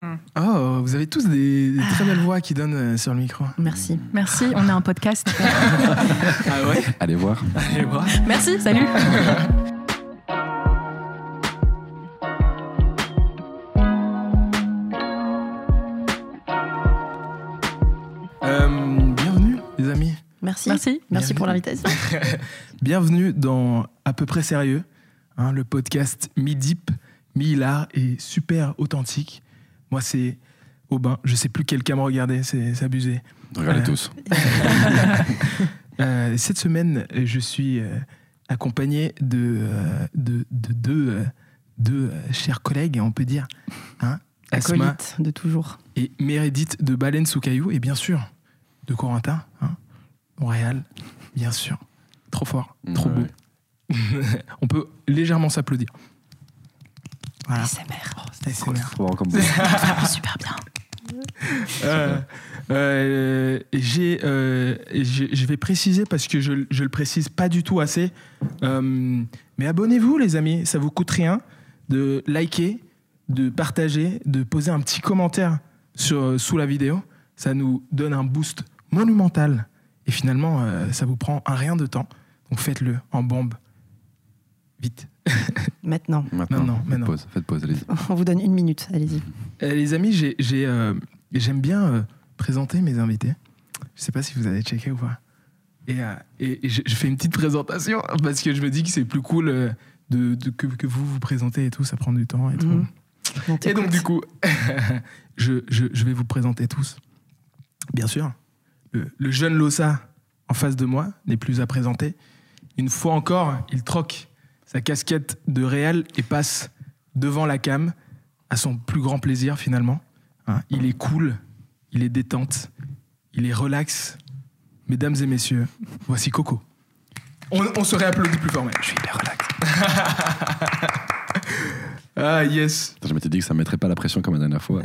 Oh, vous avez tous des très belles voix qui donnent sur le micro. Merci. Merci, on a un podcast. Ah ouais? Allez voir. Allez voir. Merci, salut. Bienvenue, les amis. Merci Bienvenue. pour l'invitation. Bienvenue dans À peu près sérieux, le podcast mi-deep, mi-hilar et super authentique. Moi, c'est Aubin. Je sais plus quel cam regarder, c'est abusé. Regardez tous. Cette semaine, je suis accompagné de deux chers collègues, on peut dire. Asma Acolyte de toujours. et Meredith de Baleine sous Caillou, et bien sûr, de Corentin, Montréal, bien sûr. Trop fort, trop beau. On peut légèrement s'applaudir. Voilà. ASMR. ASMR. Trop bon comme Super bien. Je vais préciser parce que je le précise pas du tout assez. Mais abonnez-vous, les amis, ça vous coûte rien de liker, de partager, de poser un petit commentaire sous la vidéo. Ça nous donne un boost monumental. Et finalement, ça vous prend un rien de temps. Donc faites-le en bombe. Vite. Maintenant. Faites pause, allez-y. On vous donne 1 minute, allez-y. Les amis, j'aime bien présenter mes invités. Je sais pas si vous avez checké ou pas. Et je fais une petite présentation parce que je me dis que c'est plus cool que vous présentez et tout, ça prend du temps et tout. Et donc du coup, je vais vous présenter tous. Bien sûr, le jeune Lossa en face de moi n'est plus à présenter. Une fois encore, il troque sa casquette de réal et passe devant la cam à son plus grand plaisir finalement. Il est cool, il est détente, il est relax. Mesdames et messieurs, voici Coco. On se réapplaudit plus fort, mais je suis hyper relax. Ah yes. Je m'étais dit que ça me mettrait pas la pression comme la dernière fois.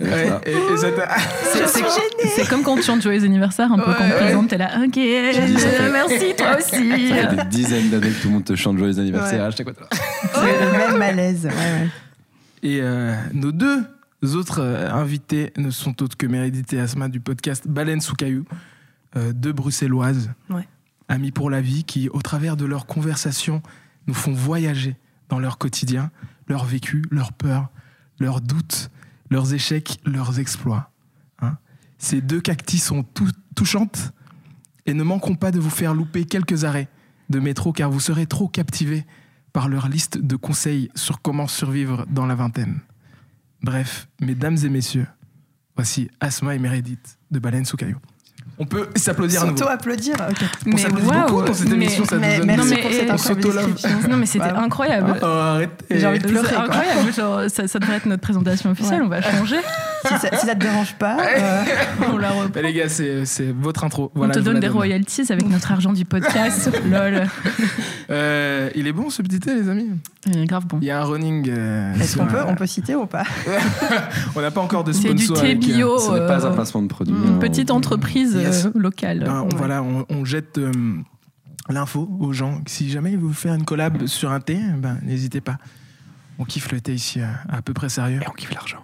C'est comme quand tu chantes joyeux anniversaire, un peu quand on présente, t'es là, ok, merci, toi aussi. Ça fait des dizaines d'années que tout le monde te chante joyeux anniversaire. Ouais. À chaque fois, C'est le même malaise. Ouais. Et nos deux autres invités ne sont autres que Meredith et Asma du podcast Baleine sous Caillou, deux bruxelloises, amies pour la vie, qui, au travers de leurs conversations, nous font voyager dans leur quotidien, leur vécu, leurs peurs, leurs doutes, leurs échecs, leurs exploits. Ces deux cactis sont touchantes et ne manqueront pas de vous faire louper quelques arrêts de métro car vous serez trop captivés par leur liste de conseils sur comment survivre dans la vingtaine. Bref, mesdames et messieurs, voici Asma et Meredith de Baleine sous Caillou. On peut s'applaudir à nouveau. S'auto-applaudir. Okay. On s'applaudit beaucoup dans cette émission, ça nous donne... Merci pour cette incroyable description. Non mais c'était incroyable. Arrêtez. J'ai envie de pleurer. C'est incroyable, genre, ça devrait être notre présentation officielle, on va changer. Si ça te dérange pas, on la reprend. Les gars, c'est votre intro. On Voilà, te donne des royalties avec notre argent du podcast. Lol. Il est bon ce petit thé, les amis? Grave bon. Il y a un running. Est-ce qu'on peut citer ou pas? On n'a pas encore de C'est sponsor. du thé bio. Ce n'est pas un placement de produit. Une petite entreprise locale. Voilà, on jette l'info aux gens. Si jamais ils veulent faire une collab sur un thé, n'hésitez pas. On kiffe le thé ici à peu près sérieux. Et on kiffe l'argent.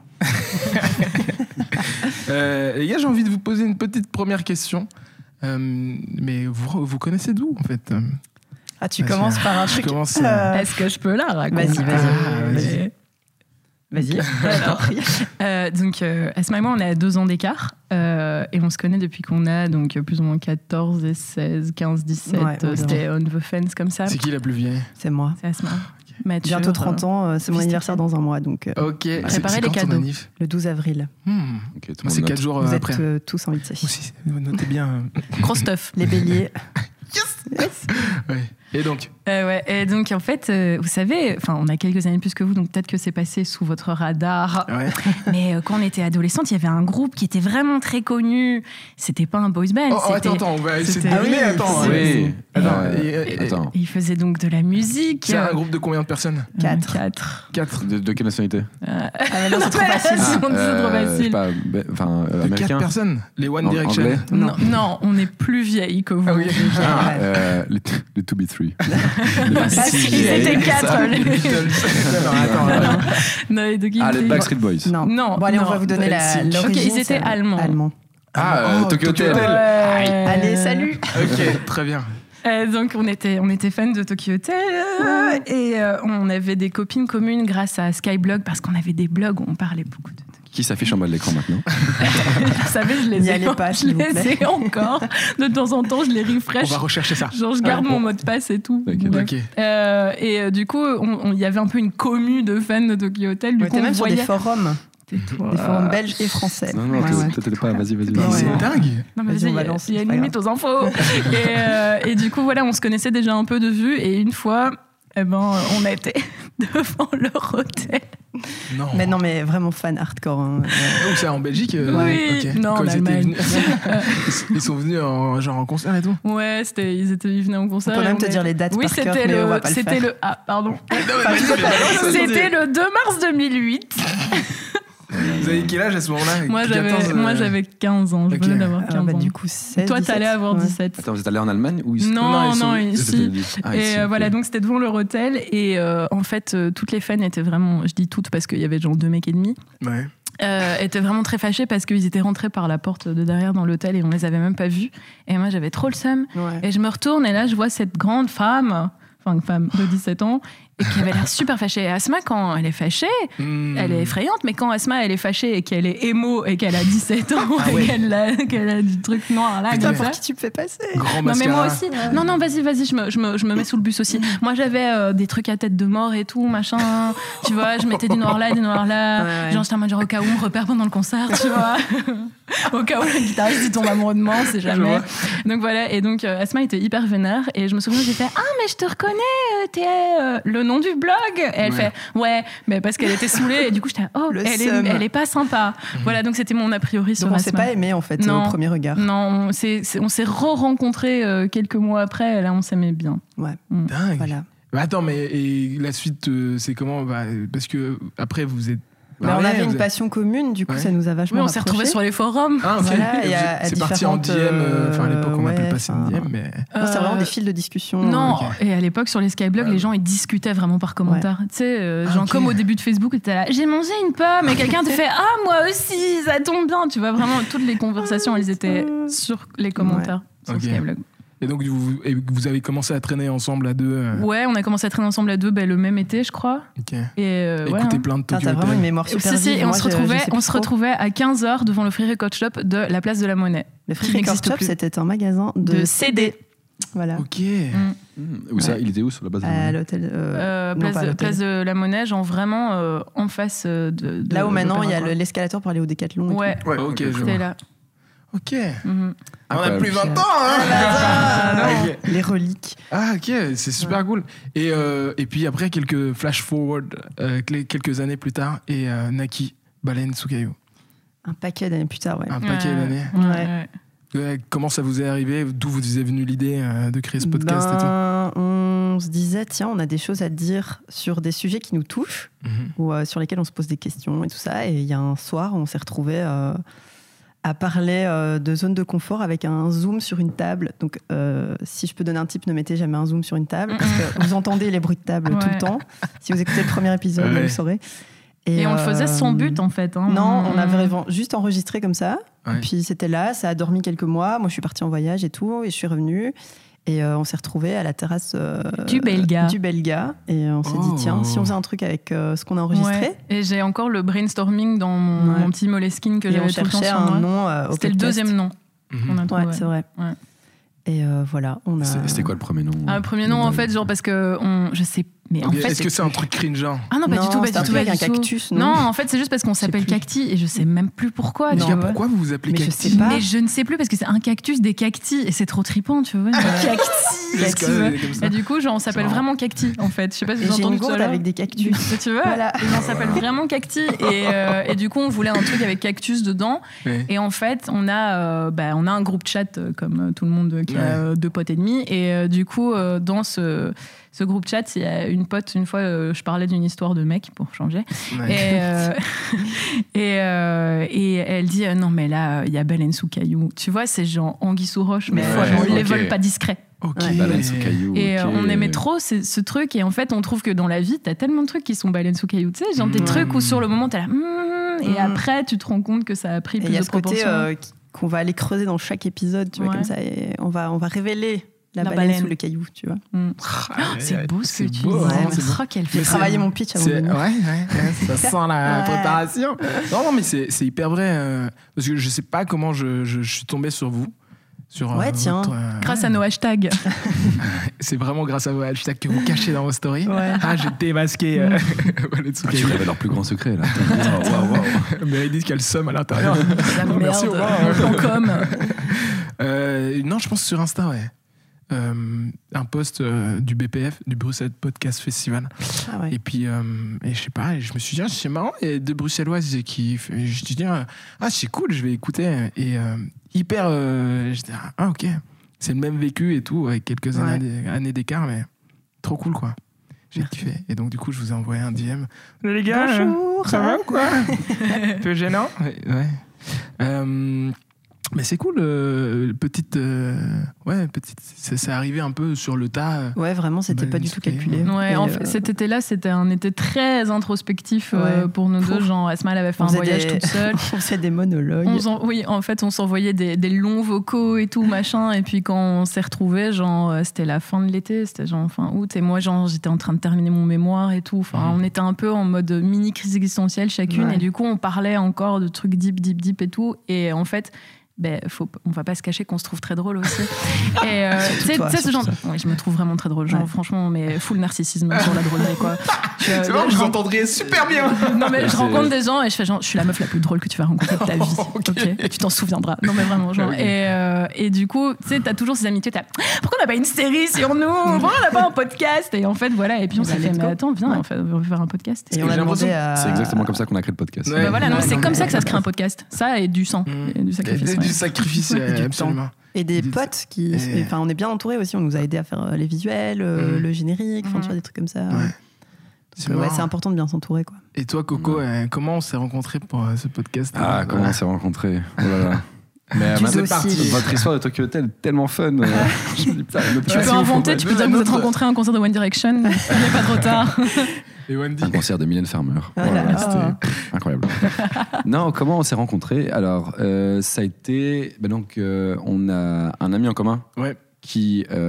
Les gars, j'ai envie de vous poser une petite première question. Mais vous connaissez d'où en fait? Tu commences par un truc. Est-ce que je peux la raconter? Vas-y. Donc, Asma et moi, on a 2 ans d'écart. Et on se connaît depuis qu'on a donc, plus ou moins 14 et 16, 15, 17. C'était on the fence comme ça. C'est qui la plus vieille? C'est moi. C'est Asma. Mature, bientôt 30 ans, c'est mon anniversaire dans un mois. Donc, ok. Préparez les cadeaux. Le 12 avril. Okay, moi, c'est 4 jours Vous après. Vous êtes tous invités. Aussi, vous notez bien. Gros stuff. Les béliers. Yes. Ouais. Et donc et donc, en fait, vous savez, on a quelques années plus que vous, donc peut-être que c'est passé sous votre radar. Ouais. Mais quand on était adolescente, il y avait un groupe qui était vraiment très connu. C'était pas un boys band. Attends, on va essayer de deviner. Attends. Il faisait donc de la musique. C'est un groupe de combien de personnes? 4. De quelle nationalité? Non, c'est trop facile. C'est trop facile. De 4 personnes? Les One Direction? Non, on est plus vieilles que vous. les 2B3. Ils étaient 4. Non, les Backstreet Boys. Non. Bon, allez, on va vous donner l'origine. Ok, ils étaient allemands. Tokyo Hotel. Allez, salut. Ok, très bien. Donc on était fans de Tokyo Hotel et on avait des copines communes grâce à Skyblog parce qu'on avait des blogs où on parlait beaucoup de Tokyo. Qui s'affiche en bas de l'écran maintenant? Vous savez, je les ai encore. De temps en temps, je les refresh. On va rechercher ça. Genre, je garde mon mot de passe et tout. Okay. Et du coup, il y avait un peu une commu de fans de Tokyo Hotel. Du coup, on même sur des forums. Des forums belges et français. Non, t'étais pas. Vas-y. C'est dingue. Non, mais vas-y, il y a une limite aux infos. Et du coup, voilà, on se connaissait déjà un peu de vue. Et une fois, on était devant leur hôtel. Non. Mais vraiment fan hardcore. Hein. Où c'est en Belgique? Oui, okay. Non, en Allemagne. Ils sont venus en concert et tout? Ouais, ils venaient en concert. On peut même te dire les dates par cœur, mais on va pas le faire. Pardon. C'était le 2 mars 2008. Vous avez quel âge à ce moment-là? Moi, j'avais 15 ans. Je venais d'avoir 15 ans. Du coup, 16, toi, t'allais avoir 17. Attends, vous êtes allé en Allemagne ou ici? Non, ici. Et voilà, donc c'était devant leur hôtel. Et en fait, toutes les fans étaient vraiment... Je dis toutes parce qu'il y avait genre 2 mecs et demi. Ouais. Étaient vraiment très fâchés parce qu'ils étaient rentrés par la porte de derrière dans l'hôtel et on les avait même pas vus. Et moi, j'avais trop le seum. Ouais. Et je me retourne et là, je vois cette grande femme... Enfin, une femme de 17 ans, et qui avait l'air super fâchée. Et Asma, quand elle est fâchée, elle est effrayante, mais quand Asma, elle est fâchée et qu'elle est émo et qu'elle a 17 ans et qu'elle a du truc noir là, putain, pour qui tu me fais passer? Non, mais moi aussi. Non, vas-y, je me mets sous le bus aussi. Moi, j'avais des trucs à tête de mort et tout, machin. Tu vois, je mettais du noir là. Ouais. Genre, j'étais en mode au cas où on me repère pendant le concert, tu vois. Au cas où le guitariste il tombe amoureux, c'est jamais. Donc voilà, et donc Asma était hyper vénère, et je me souviens, j'ai fait mais je te reconnais, t'es le nom du blog. Et elle fait mais parce qu'elle était saoulée, et du coup j'étais elle est pas sympa. Voilà, donc c'était mon a priori sur Asma. Donc on s'est pas aimé en fait au premier regard. Non, on s'est re-rencontrés quelques mois après, et là on s'aimait bien. Ouais. Dingue. Voilà. Bah attends, mais et la suite, c'est comment? Parce que après vous êtes... on avait une passion commune, du coup ça nous a vachement on s'est retrouvés sur les forums. Voilà, c'est parti en DM, à l'époque on m'appelait pas ça une DM, mais... c'est vraiment des fils de discussion. Non, et à l'époque sur les Skyblogs, les gens ils discutaient vraiment par commentaire. Tu sais, genre comme au début de Facebook, t'étais là, j'ai mangé une pomme, et quelqu'un te fait moi aussi, ça tombe bien. Tu vois, vraiment toutes les conversations, elles étaient sur les commentaires sur Skyblog. Et donc, vous avez commencé à traîner ensemble à deux Ouais, on a commencé à traîner ensemble à deux le même été, je crois. Ok. Et écouter plein de Tokyo Hotel. T'as vraiment une mémoire super vive. Et on se retrouvait à 15h devant le Free Record Shop de la Place de la Monnaie. Le Free Record Shop, c'était un magasin de CD. Voilà. Ok. Où ça? Il était où sur la base de la Monnaie? À l'hôtel. Place de la Monnaie, genre vraiment en face de là où maintenant il y a l'escalator pour aller au Décathlon. Ouais, ok. C'était là. Ok. On a plus 20 ans, Les reliques. Ah, ok, c'est super cool. Et puis après, quelques flash forward, quelques années plus tard, et Naki, Baleine Tsukayo. Un paquet d'années plus tard, Un paquet d'années. Ouais. Comment ça vous est arrivé? D'où vous est venue l'idée de créer ce podcast et tout? On se disait, tiens, on a des choses à dire sur des sujets qui nous touchent, ou sur lesquels on se pose des questions et tout ça. Et il y a un soir, on s'est retrouvés à parler de zone de confort avec un zoom sur une table. Donc, si je peux donner un tip, ne mettez jamais un zoom sur une table, parce que vous entendez les bruits de table tout le temps. Si vous écoutez le premier épisode, vous le saurez. Et on le faisait sans but, en fait. Non, on avait juste enregistré comme ça. Et puis, c'était là, ça a dormi quelques mois. Moi, je suis partie en voyage et tout, et je suis revenue. Et on s'est retrouvés à la terrasse du Belga. Et on s'est dit, tiens, si on faisait un truc avec ce qu'on a enregistré. Ouais. Et j'ai encore le brainstorming dans mon petit Moleskine que j'avais tout le temps sur moi. Nom, c'était le deuxième nom qu'on a trouvé. Ouais, c'est vrai. Ouais. Et voilà, on a... C'était quoi le premier nom? Le premier nom, en fait, genre parce que je sais. Mais en fait, est-ce que c'est un truc cringe? Ah non, pas du tout, pas du tout. Avec un cactus, non, en fait, c'est juste parce qu'on s'appelle Cacti et je sais même plus pourquoi. Pourquoi vous vous appelez Cacti? Mais je ne sais plus parce que c'est un cactus, des cactis et c'est trop trippant, tu vois. Cacti. Et du coup, genre, on s'appelle vraiment Cacti, en fait. Je sais pas si vous avez entendu tout à l'heure. Avec des cactus. Tu vois, on s'appelle vraiment Cacti et du coup, on voulait un truc avec cactus dedans. Et en fait, on a un groupe chat comme tout le monde qui a 2 potes et demi. Et du coup, dans ce groupe chat, il y a une pote, une fois, je parlais d'une histoire de mec, pour changer. Et elle dit, non, mais là, il y a Baleine Tsukayo. Tu vois, c'est genre anguille sous roche, mais ils les veulent pas discrets. Ok. Baleine sous caillou. Et ok. on aimait trop ce truc. Et en fait, on trouve que dans la vie, t'as tellement de trucs qui sont baleines sous caillou. Tu sais, genre des trucs où sur le moment, t'es là. Et après, tu te rends compte que ça a pris plus de proportions. Il y a ce côté qu'on va aller creuser dans chaque épisode, tu vois, comme ça. Et on va révéler la baleine sous le caillou, tu vois. C'est beau ce que tu dis. Je crois qu'elle fait travailler mon pitch avant de venir. Ça sent la préparation. Non, mais c'est hyper vrai. Parce que je sais pas comment je suis tombé sur vous. Tiens. Grâce à nos hashtags. C'est vraiment grâce à vos hashtags que vous cachez dans vos stories. J'ai démasqué. Tu révèles leur plus grand secret, là. Wow. Mais ils disent qu'il y a le seum à l'intérieur. La merde. Non, je pense sur Insta, ouais. Un post du BPF, du Bruxelles Podcast Festival. Et puis, et je sais pas, je me suis dit, c'est marrant, il y a deux Bruxelloises qui. Je me suis dit, c'est cool, je vais écouter. Et hyper. J'étais, ok, c'est le même vécu et tout, avec quelques années d'écart, mais trop cool, quoi. J'ai kiffé. Et donc, du coup, je vous ai envoyé un DM. Les gars, bonjour, ça va ou quoi? Un peu gênant. Mais c'est cool, petite, c'est arrivé un peu sur le tas. Ouais, vraiment, c'était pas du tout calculé. Ouais, en fait, cet été-là, c'était un été très introspectif pour nous deux. Genre, Asma, elle avait fait un voyage toute seule. On faisait des monologues. Oui, en fait, on s'envoyait des longs vocaux et tout, machin. Et puis quand on s'est retrouvés, genre, c'était la fin de l'été, c'était genre fin août. Et moi, genre, j'étais en train de terminer mon mémoire et tout. Enfin, on était un peu en mode mini crise existentielle chacune. Et du coup, on parlait encore de trucs deep et tout. Et en fait, on va pas se cacher qu'on se trouve très drôle aussi. Et tu sais ce genre. Oui, je me trouve vraiment très drôle, genre franchement, mais full narcissisme sur la drôlerie, quoi. C'est vrai, vous entendriez super bien. Non mais je rencontre des gens et je fais genre, je suis la meuf la plus drôle que tu vas rencontrer de ta vie. Ok, tu t'en souviendras. Non mais vraiment, genre. Et du coup, tu sais, t'as toujours ces amitiés. Pourquoi on n'a pas une série sur nous? Pourquoi on n'a pas un podcast? Et en fait, voilà. Et puis on s'est fait, mais attends, viens, on va faire un podcast. Et on a demandé à. C'est exactement comme ça qu'on a créé le podcast. Voilà, non, c'est comme ça que ça se crée un podcast. Ça et du sang, et du sacrifice. Du sacrifice, absolument. Et des potes qui. Enfin, on est bien entourés aussi. On nous a aidé à faire les visuels, le générique, enfin, tu vois, des trucs comme ça. Donc, c'est important de bien s'entourer, quoi. Et toi, Coco, comment on s'est rencontrés pour ce podcast? Comment on s'est rencontrés? Oh là là. Mais c'est parti. Votre histoire de Tokyo Hotel est tellement fun. Je me dis, putain, tu peux inventer, tu peux dire que vous êtes rencontrés à un concert de One Direction. Il n'est pas trop tard. Et Wendy. Un concert de Mylène Farmer. Voilà, c'était incroyable. Non, comment on s'est rencontrés? Alors, ça a été. On a un ami en commun qui a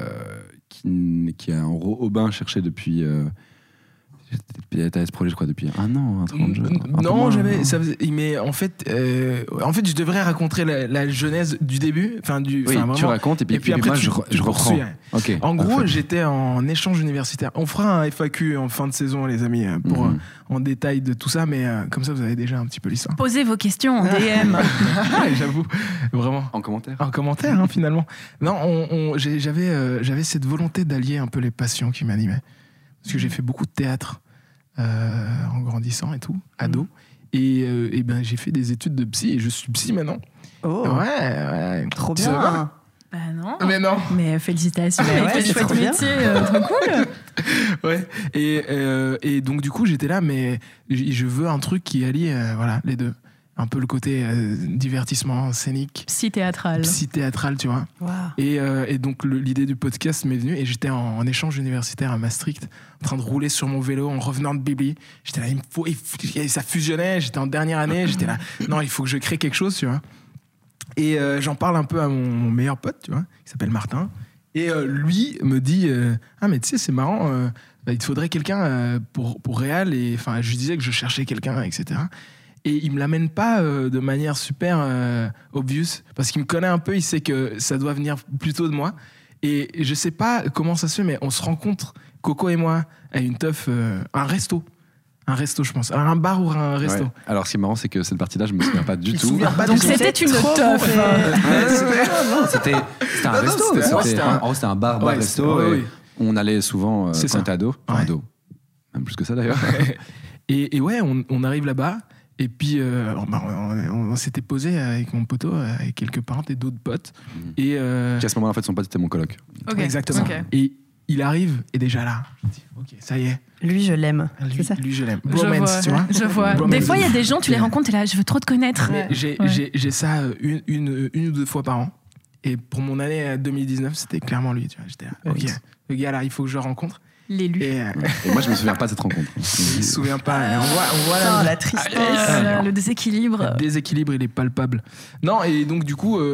en gros Aubin cherché depuis. T'avais ce projet, je crois, depuis un an, un truc de jeu. Non, j'avais. Mais en fait, je devrais raconter la genèse du début. Tu racontes et puis après, moi, je reprends. Okay, en gros, j'étais en échange universitaire. On fera un FAQ en fin de saison, les amis, pour en détail de tout ça, mais comme ça, vous avez déjà un petit peu l'histoire. Posez vos questions en DM. J'avoue, vraiment. En commentaire. En commentaire, finalement. Non, j'avais cette volonté d'allier un peu les passions qui m'animaient. Parce que j'ai fait beaucoup de théâtre en grandissant et tout, ado. Et j'ai fait des études de psy et je suis psy maintenant. Oh. Ouais. Trop bien. Bah non. Mais non. Mais félicitations. C'est chouette métier, trop cool. Ouais. Et donc du coup j'étais là, mais je veux un truc qui allie les deux. Un peu le côté divertissement scénique. Psy-théâtral, tu vois. Wow. Et donc l'idée du podcast m'est venue et j'étais en échange universitaire à Maastricht, en train de rouler sur mon vélo en revenant de Bibli. J'étais là, ça fusionnait, j'étais en dernière année, j'étais là, non, il faut que je crée quelque chose, tu vois. Et j'en parle un peu à mon meilleur pote, tu vois, qui s'appelle Martin. Et lui me dit, mais tu sais, c'est marrant, il te faudrait quelqu'un pour Réal. Et enfin, je lui disais que je cherchais quelqu'un, etc. Et il me l'amène pas de manière super obvious, parce qu'il me connaît un peu, il sait que ça doit venir plutôt de moi. Et je sais pas comment ça se fait, mais on se rencontre, Coco et moi, à une teuf, un resto, je pense. Alors, un bar ou un resto. Ouais. Alors, ce qui est marrant, c'est que cette partie-là, je me souviens pas du tout. Donc, c'était une teuf. C'était un resto. C'était un bar-resto. On allait souvent quand on était ado. Enfin, ado. Même plus que ça, d'ailleurs. Et ouais, on arrive là-bas. Et puis, on s'était posé avec mon poteau, avec quelques parents et d'autres potes. Et à ce moment-là, en fait, son pote était mon coloc. Okay. Exactement. Okay. Et il arrive, et déjà là, je me dis, ok, ça y est. Lui, je l'aime. C'est ça. Lui, je l'aime. Bromance, tu vois. Je vois. Bromance. Des fois, il y a des gens, tu les rencontres, et là, je veux trop te connaître. J'ai ça une ou deux fois par an. Et pour mon année 2019, c'était clairement lui. Tu vois. J'étais ok, le gars là, il faut que je le rencontre. L'élu. Et moi, je me souviens pas de cette rencontre. Je me souviens pas. On voit la tristesse. Le déséquilibre. Le déséquilibre, il est palpable. Non, et donc du coup...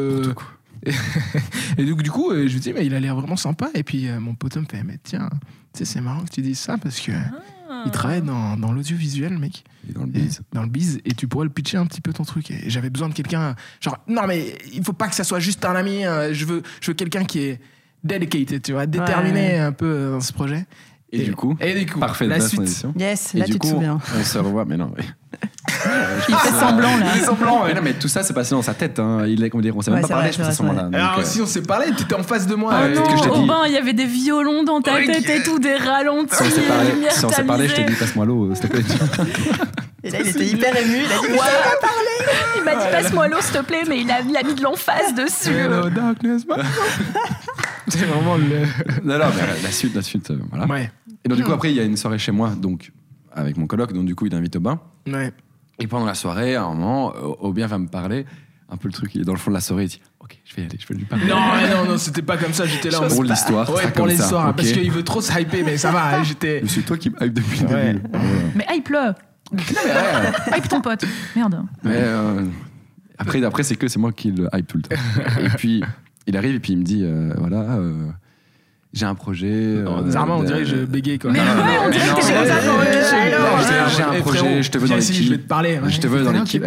et donc du coup, je lui dis, mais il a l'air vraiment sympa. Et puis mon pote me fait, mais tiens, tu sais, c'est marrant que tu dises ça parce que il travaille dans l'audiovisuel, mec. Et dans le biz. Dans le biz, et tu pourrais le pitcher un petit peu ton truc. Et j'avais besoin de quelqu'un, genre, non, mais il faut pas que ça soit juste un ami. Je veux quelqu'un qui est dedicated, tu vois, déterminé un peu dans ce projet. Et du coup, parfait, la suite. transition. Yes, et là du tu coup, te souviens. On se revoit, mais non. Il fait semblant là. Il fait semblant, ouais. Non, mais tout ça, c'est passé dans sa tête. Hein. On s'est même pas parlé, je pense, à ce moment-là. Alors, si on s'est parlé, t'étais en face de moi. Oh non, que je t'ai dit. Aubin, il y avait des violons dans ta tête et tout, des ralentis. Si on s'est parlé, je t'ai dit, passe-moi l'eau, s'il te plaît. Et là, il était hyper ému. Il a dit, il m'a dit, passe-moi l'eau, s'il te plaît, mais il a mis de l'emphase dessus. Hello, darkness. C'est vraiment le. Non, mais la suite, voilà. Ouais. Et donc, du coup, après, il y a une soirée chez moi, donc, avec mon coloc, donc, du coup, il invite Aubin. Ouais. Et pendant la soirée, à un moment, Aubin va me parler. Un peu le truc, il est dans le fond de la soirée, il dit ok, je vais y aller, je vais lui parler. Non, c'était pas comme ça, j'étais là. Pour l'histoire. Ouais, pour l'histoire, parce qu'il veut trop se hyper, mais ça va, j'étais. Mais c'est toi qui me hype depuis le début. Mais hype-le. Hype ton pote. Merde. Mais après, c'est moi qui le hype tout le temps. Et puis, il arrive et puis il me dit voilà. J'ai un projet. Zarma, on dirait que je bégaye quoi. Mais on dirait que j'ai un projet, je te veux dans l'équipe. Je vais te parler. Je te veux dans l'équipe.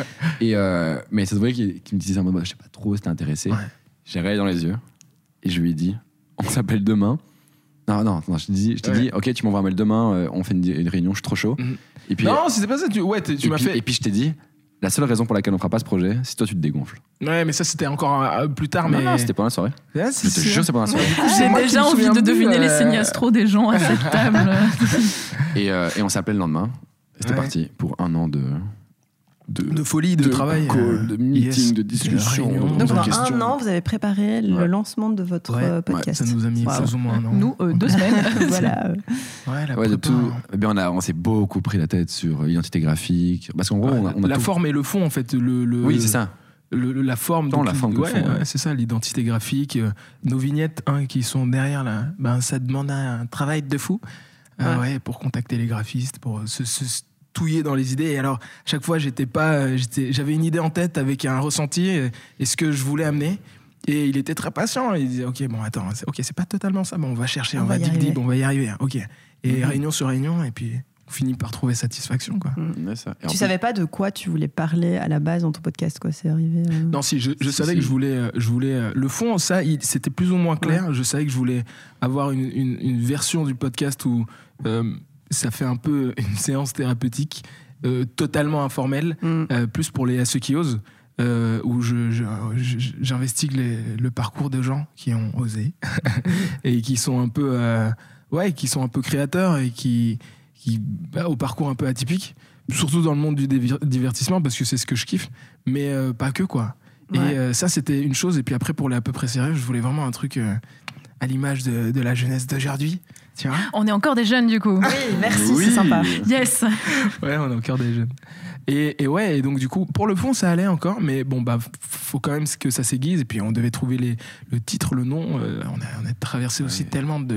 Mais ça se voyait qu'il me disait en mode, je sais pas trop si t'es intéressé. J'ai regardé dans les yeux et je lui ai dit, on s'appelle demain. Non, je t'ai dit, ok, tu m'envoies un mail demain, on fait une réunion, je suis trop chaud. Et puis, non, c'était pas ça. Tu m'as fait. Et puis je t'ai dit, la seule raison pour laquelle on fera pas ce projet, c'est toi tu te dégonfles. Ouais, mais ça c'était encore plus tard. Non, c'était pendant la soirée. Je te jure, c'est pendant la soirée. J'ai déjà envie de deviner les signes astro des gens à cette table. Et on s'est appelé le lendemain. Et c'était parti pour un an de folie, de travail, de meeting, de discussion. Donc pendant un an, vous avez préparé le lancement de votre podcast. Ça nous a mis plus ou moins un an. Nous, 2 semaines. Voilà. De tout. Eh bien, on s'est beaucoup pris la tête sur l'identité graphique. Parce qu'en gros, on a la forme et le fond, en fait. Oui, c'est ça. La forme. La forme que le fond. C'est ça, l'identité graphique. Nos vignettes qui sont derrière, là, ça demande un travail de fou. Pour contacter les graphistes, pour se touiller dans les idées. Et alors, chaque fois, j'avais une idée en tête avec un ressenti et ce que je voulais amener. Et il était très patient. Il disait, ok, bon, attends, c'est pas totalement ça. Bon, on va chercher, on va dig, on va y arriver. Ok. Et réunion sur réunion, et puis on finit par trouver satisfaction, quoi. Tu savais pas de quoi tu voulais parler à la base dans ton podcast, quoi. C'est arrivé. Non, si, je savais que je voulais le fond, ça, c'était plus ou moins clair. Je savais que je voulais avoir une version du podcast où ça fait un peu une séance thérapeutique totalement informelle, plus pour ceux qui osent, où j'investigue le parcours de gens qui ont osé et qui sont un peu créateurs et qui au parcours un peu atypique, surtout dans le monde du divertissement, parce que c'est ce que je kiffe, mais pas que, quoi. Et ça, c'était une chose. Et puis après, pour les à peu près sérieux, je voulais vraiment un truc à l'image de la jeunesse d'aujourd'hui. Tu vois, on est encore des jeunes, du coup. Oui, merci, c'est sympa. Yes. Ouais, on est encore des jeunes. Et donc du coup, pour le fond, ça allait encore, mais bon, faut quand même que ça s'aiguise. Et puis on devait trouver le titre, le nom. On a traversé aussi tellement de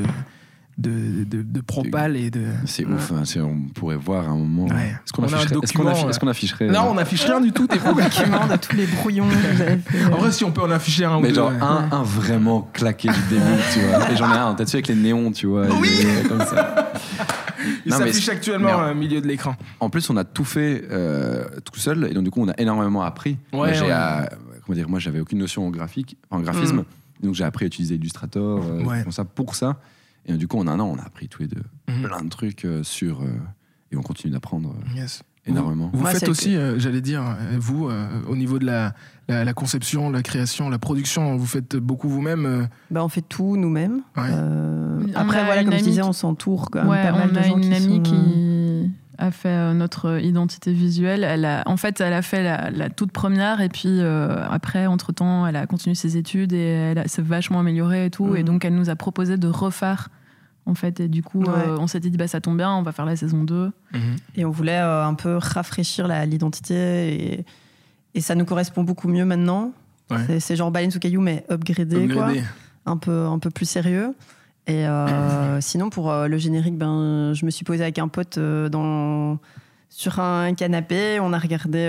propales et de. C'est ouf. On pourrait voir à un moment. Est-ce qu'on afficherait Non, on n'affiche rien du tout. T'es fou. Document de tous les brouillons que vous avez fait. En vrai, si on peut en afficher un ou deux. Mais genre un vraiment claqué du début, tu vois. Et j'en ai un, t'as dessus avec les néons, tu vois. Oui. Comme ça. Il s'affiche actuellement au milieu de l'écran. En plus, on a tout fait tout seul, et donc du coup, on a énormément appris. Moi, j'avais aucune notion en graphisme, donc j'ai appris à utiliser Illustrator, comme ça, pour ça. Et du coup, en un an, on a appris tous les deux plein de trucs et on continue d'apprendre énormément. Vous faites aussi, j'allais dire, vous, au niveau de la conception, la création, la production, vous faites beaucoup vous-même on fait tout nous-mêmes. Après, voilà, comme je disais, on s'entoure quand même pas mal de gens. On a une amie qui a fait notre identité visuelle. Elle a fait la toute première, et puis après, entre-temps, elle a continué ses études et elle s'est vachement améliorée et tout. Et donc, elle nous a proposé de refaire, en fait. Et du coup, on s'était dit, ça tombe bien, on va faire la saison 2. Et on voulait un peu rafraîchir l'identité et ça nous correspond beaucoup mieux maintenant Ouais. C'est genre Baleine sous caillou, mais upgradé. Quoi. Un peu plus sérieux. Et sinon, pour le générique, je me suis posée avec un pote sur un canapé. On a regardé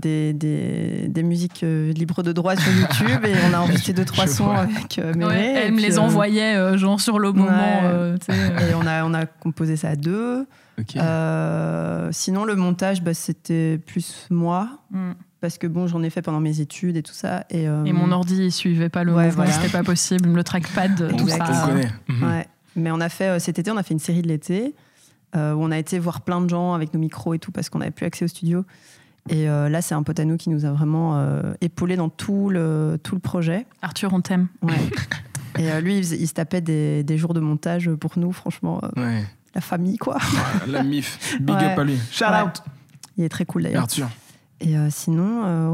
des musiques libres de droit sur YouTube et on a enregistré 2-3 sons avec Méré. Elle me les envoyait genre sur le moment. Et on a composé ça à 2. Okay. Sinon, le montage, c'était plus moi. Parce que j'en ai fait pendant mes études et tout ça. Et mon ordi, il suivait pas le mouvement, c'était pas possible. Le trackpad, tout ça. On connaît. Ouais. Mais on a fait, cet été, on a fait une série de l'été où on a été voir plein de gens avec nos micros et tout parce qu'on n'avait plus accès au studio. Et là, c'est un pote à nous qui nous a vraiment épaulés dans tout le projet. Arthur, on t'aime. Ouais. Et lui, il se tapait des jours de montage pour nous, franchement. La famille, quoi. La MIF. Big up à lui. Shout out. Il est très cool, d'ailleurs. Arthur. Et sinon,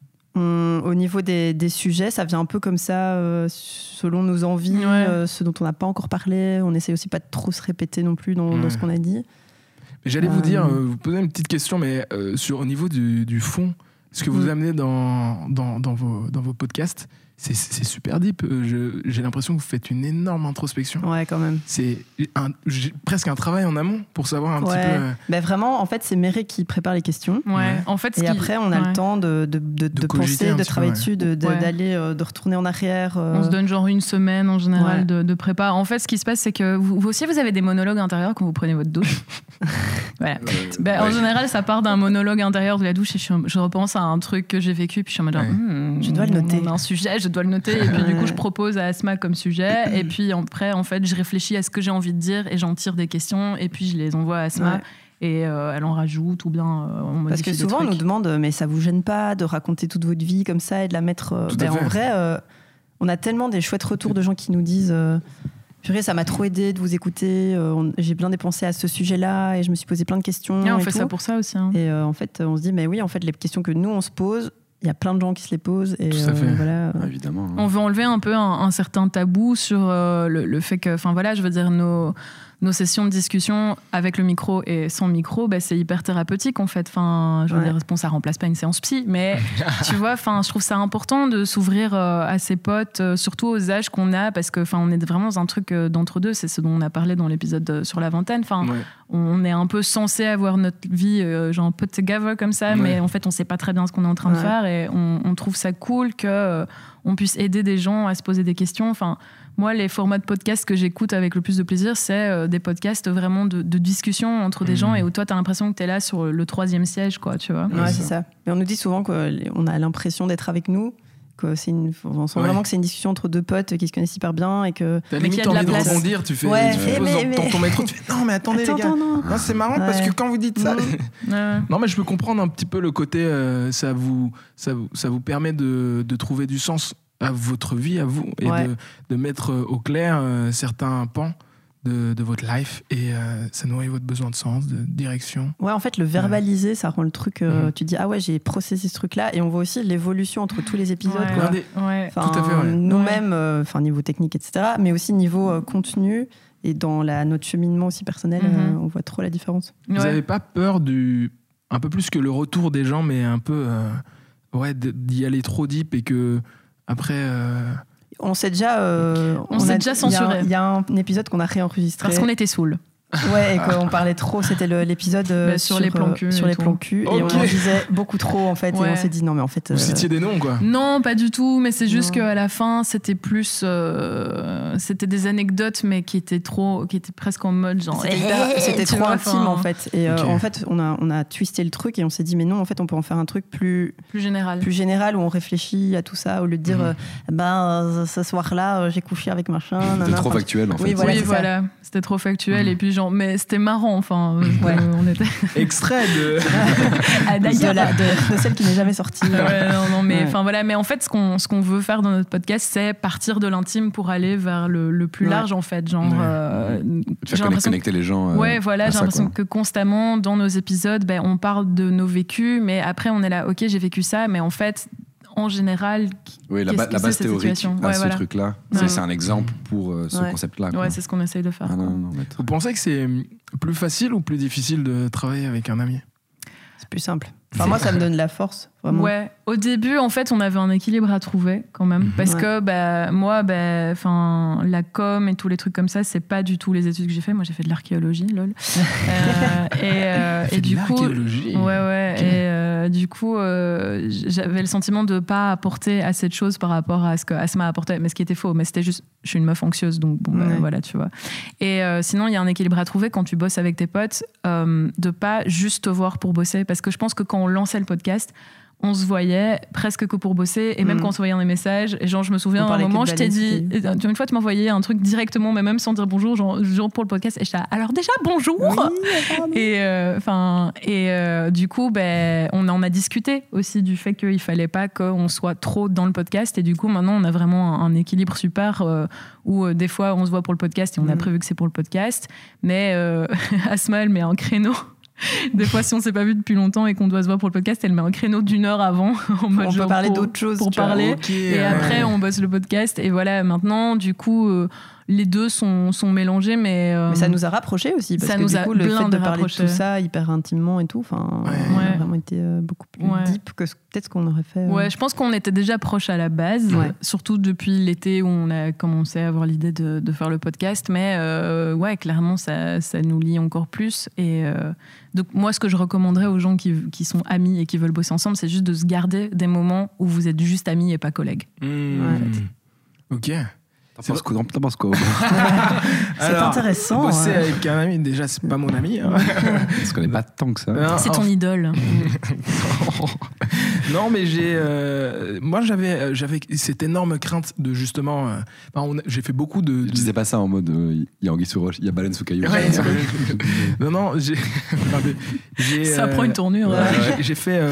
au niveau des sujets, ça vient un peu comme ça, selon nos envies, ce dont on n'a pas encore parlé. On essaie aussi pas de trop se répéter non plus dans ce qu'on a dit. Mais j'allais vous dire, vous poser une petite question, mais au niveau du fond, ce que vous amenez dans vos podcasts, c'est super deep. J'ai l'impression que vous faites une énorme introspection. Ouais, quand même. C'est presque un travail en amont pour savoir un petit peu. Ben vraiment, en fait, c'est Méré qui prépare les questions. Ouais. En fait, et après, on a le temps de penser, de travailler dessus, de retourner en arrière. On se donne genre une semaine en général de prépa. En fait, ce qui se passe, c'est que vous aussi, vous avez des monologues intérieurs quand vous prenez votre douche. Voilà. En général, ça part d'un monologue intérieur de la douche et je repense à un truc que j'ai vécu, puis je suis en mode genre, je dois le noter. Un sujet, je dois le noter, et puis du coup, je propose à Asma comme sujet, et puis après, en fait, je réfléchis à ce que j'ai envie de dire et j'en tire des questions, et puis je les envoie à Asma. Et elle en rajoute ou bien on modifie. Parce que souvent, on nous demande, mais ça vous gêne pas de raconter toute votre vie comme ça et de la mettre. En vrai, on a tellement des chouettes retours de gens qui nous disent. Purée, ça m'a trop aidé de vous écouter. J'ai bien dépensé à ce sujet-là et je me suis posé plein de questions. Et on fait ça pour ça aussi. Hein. Et en fait, on se dit, mais oui, en fait, les questions que nous, on se pose, il y a plein de gens qui se les posent. Et, tout à fait. Voilà. Évidemment. On veut enlever un peu un certain tabou sur le fait que, enfin voilà, je veux dire, nos sessions de discussion avec le micro et sans micro, c'est hyper thérapeutique en fait. Enfin, je veux dire, bon, ça remplace pas une séance psy, mais tu vois, enfin, je trouve ça important de s'ouvrir à ses potes, surtout aux âges qu'on a, parce que, enfin, on est vraiment dans un truc d'entre-deux. C'est ce dont on a parlé dans l'épisode sur la vingtaine. Enfin, on est un peu censé avoir notre vie genre put together comme ça, mais en fait, on sait pas très bien ce qu'on est en train de faire et on trouve ça cool que on puisse aider des gens à se poser des questions. Enfin, moi, les formats de podcasts que j'écoute avec le plus de plaisir, c'est des podcasts vraiment de discussion entre des gens et où toi, tu as l'impression que tu es là sur le 3e siège, quoi, tu vois. Ouais, c'est ça. Mais on nous dit souvent qu'on a l'impression d'être avec nous, on sent vraiment que c'est une discussion entre deux potes qui se connaissent hyper bien et que... T'as limite envie de rebondir, tu fais dans ton métro, tu fais non mais attendez les gars, non, c'est marrant parce que quand vous dites ça... Non mais je peux comprendre un petit peu le côté, ça vous permet de trouver du sens à votre vie, à vous, et de mettre au clair certains pans de votre life, et ça nourrit votre besoin de sens, de direction. Ouais, en fait, le verbaliser, ça rend le truc... tu dis, ah ouais, j'ai processé ce truc-là, et on voit aussi l'évolution entre tous les épisodes. Quoi. Tout à fait, nous-mêmes, niveau technique, etc., mais aussi niveau contenu, et dans notre cheminement aussi personnel, on voit trop la différence. Vous n'avez pas peur un peu plus que le retour des gens, mais un peu d'y aller trop deep, et que après... On s'est déjà censuré. Il y a un épisode qu'on a réenregistré. Parce qu'on était saoul. Ouais, et qu'on parlait trop. C'était l'épisode sur les plans cul. Sur les plans cul. Okay. Et on en disait beaucoup trop, en fait. Et on s'est dit, non, mais en fait... Vous citiez des noms, quoi. Non, pas du tout. Mais c'est juste qu'à la fin, c'était plus... c'était des anecdotes, mais qui étaient presque en mode genre... C'était trop intime, en fait. Et en fait, on a twisté le truc et on s'est dit, mais non, en fait, on peut en faire un truc plus général. Plus général, où on réfléchit à tout ça, au lieu de dire, ce soir-là, j'ai couché avec machin. C'était trop factuel, en fait. Oui, voilà. C'était trop factuel. Et puis, mais c'était marrant, enfin, on était... Extrait de celle qui n'est jamais sortie. Mais enfin voilà, mais en fait, ce qu'on veut faire dans notre podcast, c'est partir de l'intime pour aller vers le plus large, en fait, genre. Faire connecter les gens. J'ai l'impression que constamment dans nos épisodes, on parle de nos vécus, mais après on est là, ok, j'ai vécu ça, mais en fait. En général, la base théorique à ce truc-là, c'est un exemple pour ce concept-là. Ouais, c'est ce qu'on essaye de faire. Vous pensez que c'est plus facile ou plus difficile de travailler avec un ami ? C'est plus simple. Enfin, moi, ça me donne la force, vraiment. Ouais, au début, en fait, on avait un équilibre à trouver quand même. Parce que moi, la com et tous les trucs comme ça, c'est pas du tout les études que j'ai fait. Moi, j'ai fait de l'archéologie, lol. et du coup, du coup, j'avais le sentiment de pas apporter assez de choses par rapport à ce que Asma apportait. Mais ce qui était faux. Mais c'était juste, je suis une meuf anxieuse, donc voilà, tu vois. Et sinon, il y a un équilibre à trouver quand tu bosses avec tes potes, de pas juste te voir pour bosser. Parce que je pense que quand on lançait le podcast, on se voyait presque que pour bosser, et même quand on se voyait dans les messages, et genre je me souviens à un moment je t'ai dit, une fois tu m'as envoyé un truc directement, mais même sans dire bonjour, genre pour le podcast, et j'étais là, alors déjà bonjour, et du coup on en a discuté aussi du fait qu'il fallait pas qu'on soit trop dans le podcast, et du coup maintenant on a vraiment un équilibre super où des fois on se voit pour le podcast et on a prévu que c'est pour le podcast, mais Asma elle met un créneau. Des fois, si on s'est pas vu depuis longtemps et qu'on doit se voir pour le podcast, elle met un créneau d'1 heure avant. En mode on peut parler d'autre chose. Pour parler. Et après, on bosse le podcast. Et voilà, maintenant, du coup, les deux sont mélangés. Mais ça nous a rapprochés aussi. Parce que du coup, le fait de parler de tout ça hyper intimement et tout, on a vraiment été beaucoup plus deep que peut-être ce qu'on aurait fait. Ouais, je pense qu'on était déjà proches à la base. Surtout depuis l'été où on a commencé à avoir l'idée de faire le podcast. Mais clairement, ça nous lie encore plus. Et donc moi, ce que je recommanderais aux gens qui sont amis et qui veulent bosser ensemble, c'est juste de se garder des moments où vous êtes juste amis et pas collègues. Ok. T'en penses quoi C'est intéressant. Bosser avec un ami, déjà, c'est pas mon ami. Hein. On se connaît pas tant que ça. C'est ton idole. Non, mais moi, j'avais cette énorme crainte de justement. J'ai fait beaucoup de. Je disais pas ça en mode il y a anguille sous roche, il y a baleine sous caillou. Non, ça prend une tournure. J'ai fait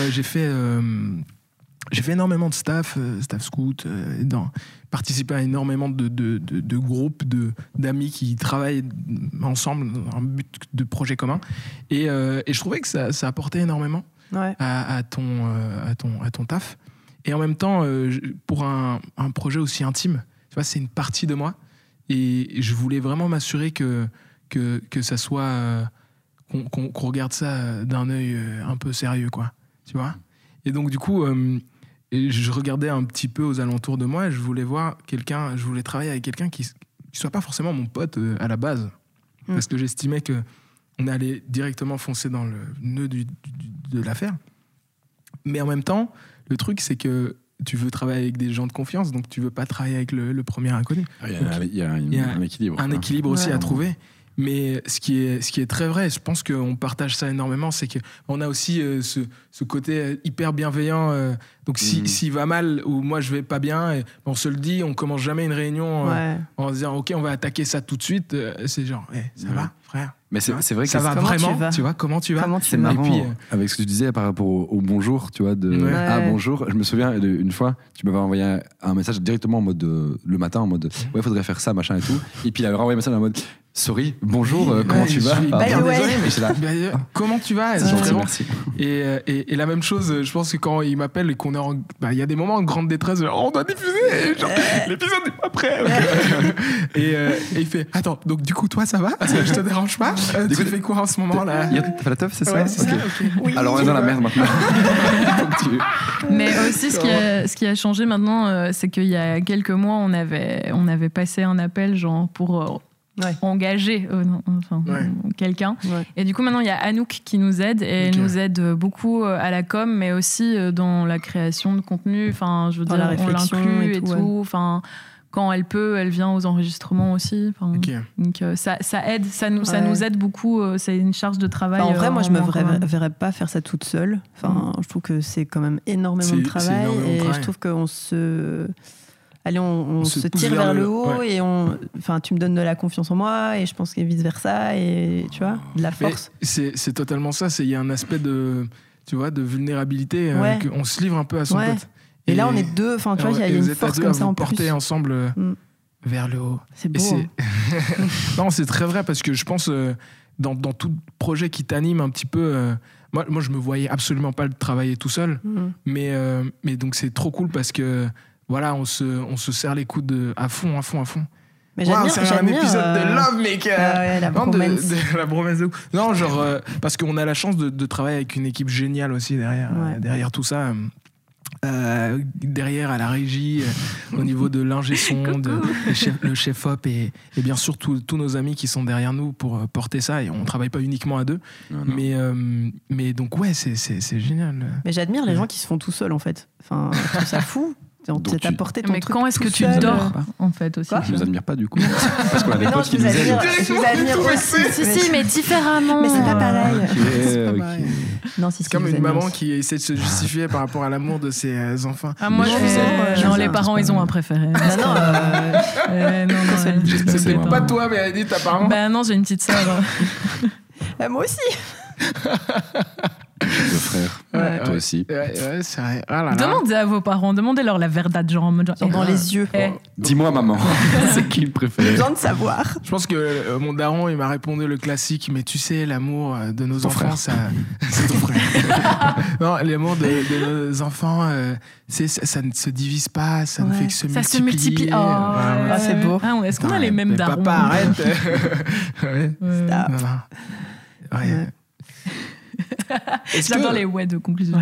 énormément de staff scout, participé à énormément de groupes d'amis qui travaillent ensemble dans un but de projet commun. Et je trouvais que ça apportait énormément à ton taf. Et en même temps, pour un projet aussi intime, tu vois, c'est une partie de moi. Et je voulais vraiment m'assurer que ça soit... qu'on regarde ça d'un œil un peu sérieux, quoi. Tu vois ? Et donc, du coup... Et je regardais un petit peu aux alentours de moi et je voulais travailler avec quelqu'un qui soit pas forcément mon pote à la base. Parce que j'estimais qu'on allait directement foncer dans le nœud de l'affaire. Mais en même temps, le truc, c'est que tu veux travailler avec des gens de confiance, donc tu veux pas travailler avec le premier inconnu. Il y a un équilibre. Un équilibre aussi à trouver. Mais ce qui est très vrai, je pense qu'on partage ça énormément, c'est qu'on a aussi ce côté hyper bienveillant. Donc s'il va mal ou moi je vais pas bien, on se le dit, on commence jamais une réunion en se disant ok, on va attaquer ça tout de suite. C'est genre, ça va, frère. Mais c'est vrai que ça va vraiment, tu vois, comment tu vas. C'est marrant. Et puis, avec ce que tu disais par rapport au bonjour, tu vois, bonjour. Je me souviens une fois, tu m'avais envoyé un message directement en mode le matin, en mode ouais, faudrait faire ça, machin et tout. Et puis il avait renvoyé un message en mode sorry, bonjour, comment tu vas? Désolé, mais j'étais là. Comment tu vas? Merci. Et la même chose, je pense que quand il m'appelle et qu'on est il y a des moments de grande détresse, on doit diffuser, genre, l'épisode n'est pas prêt. Et il fait attends, donc du coup toi ça va? Je te dérange pas? Tu fais quoi en ce moment là? T'as fait la teuf, c'est ça? Ouais, c'est ça. Oui. Alors on est dans la merde maintenant. Mais aussi ce qui a changé maintenant, c'est qu'il y a quelques mois on avait passé un appel genre pour engager quelqu'un. Et du coup, maintenant, il y a Anouk qui nous aide. Et elle nous aide beaucoup à la com, mais aussi dans la création de contenu. Enfin, je veux dire, on l'inclut et tout. Enfin, quand elle peut, elle vient aux enregistrements aussi. Donc, ça aide. Ça nous aide beaucoup. C'est une charge de travail. En vrai, moi, je me verrais pas faire ça toute seule. Enfin, je trouve que c'est quand même énormément de travail. Je trouve qu'on se... Allez, on se tire vers le haut et tu me donnes de la confiance en moi et je pense qu'il y a vice versa et tu vois, de la force. C'est totalement ça. Il y a un aspect de vulnérabilité. On se livre un peu à son pote. Et là, on est deux. Enfin, tu vois, il y a une force comme ça en plus. Porter ensemble vers le haut. C'est beau. Non, c'est très vrai parce que je pense dans tout projet qui t'anime un petit peu. Moi, je me voyais absolument pas le travailler tout seul. Mais donc c'est trop cool parce que voilà, on se serre les coudes à fond. Mais c'est un épisode de Love Maker. La bromance. La bromance. Non, genre, parce qu'on a la chance de travailler avec une équipe géniale aussi derrière tout ça. Derrière à la régie, au niveau de l'ingé son, le chef op et bien sûr tous nos amis qui sont derrière nous pour porter ça, et on travaille pas uniquement à deux. Non. Mais donc ouais, c'est génial. Mais j'admire les gens qui se font tout seuls en fait. Enfin, je trouve ça fou. T'as porté ton mais truc quand est-ce que tu dors en fait aussi? Je vous admire pas du coup. Parce qu'on a des potes qui nous aident. Je vous admire aussi. Si, mais différemment. Mais c'est pas pareil. Okay. Non, c'est comme une maman qui essaie de se justifier par rapport à l'amour de ses enfants. Moi, non, les parents, ils ont un préféré. Non, c'est pas toi, mais Edith, apparemment. Ben non, j'ai une petite sœur. Moi aussi. Le frère, toi aussi. Ouais, c'est vrai. Demandez à vos parents, demandez-leur la verdade, genre dans les yeux. Dis-moi, maman, c'est qui le préféré? J'ai besoin de savoir. Je pense que mon daron, il m'a répondu le classique, mais tu sais, l'amour de nos enfants, ça. C'est ton frère. Non, l'amour de nos enfants, ça ne se divise pas, ça ne fait que se multiplier. Ça se multiplie. C'est beau. Est-ce qu'on a les mêmes darons? Papa, arrête. Stop. Ouais. J'adore les de conclusion.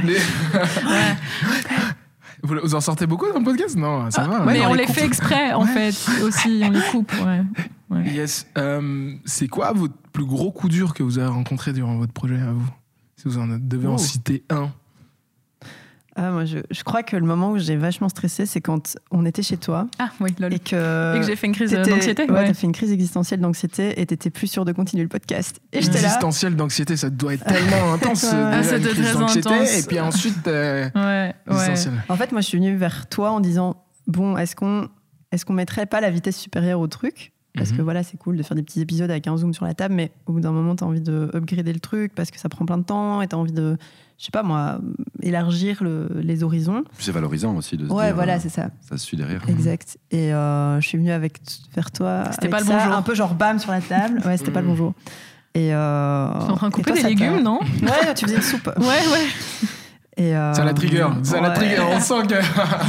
Vous en sortez beaucoup dans le podcast? Non, ça va. Mais on les fait exprès, en fait, aussi. On les coupe, ouais. Yes. C'est quoi votre plus gros coup dur que vous avez rencontré durant votre projet à vous? Si vous en devez en citer un. Moi, je crois que le moment où j'ai vachement stressé, c'est quand on était chez toi. Ah oui, lol. Et que j'ai fait une crise d'anxiété. Ouais, t'as fait une crise existentielle d'anxiété et t'étais plus sûre de continuer le podcast. Et j'étais là. Existentielle d'anxiété, ça doit être tellement intense. C'était très intense. Et puis ensuite, existentielle. En fait, moi, je suis venue vers toi en disant, bon, est-ce qu'on mettrait pas la vitesse supérieure au truc? Parce que voilà, c'est cool de faire des petits épisodes avec un zoom sur la table, mais au bout d'un moment, t'as envie de upgrader le truc parce que ça prend plein de temps et t'as envie de, je sais pas moi, élargir les horizons. Puis c'est valorisant aussi de se dire. Ouais, voilà, c'est ça. Ça se suit derrière. Exact. Et je suis venue vers toi. C'était pas le bonjour. Un peu genre bam sur la table. Ouais, c'était pas le bonjour. Et tu es en train de couper des légumes, non? Ouais, tu faisais une soupe. Ouais. Et ça la trigger, on sent que.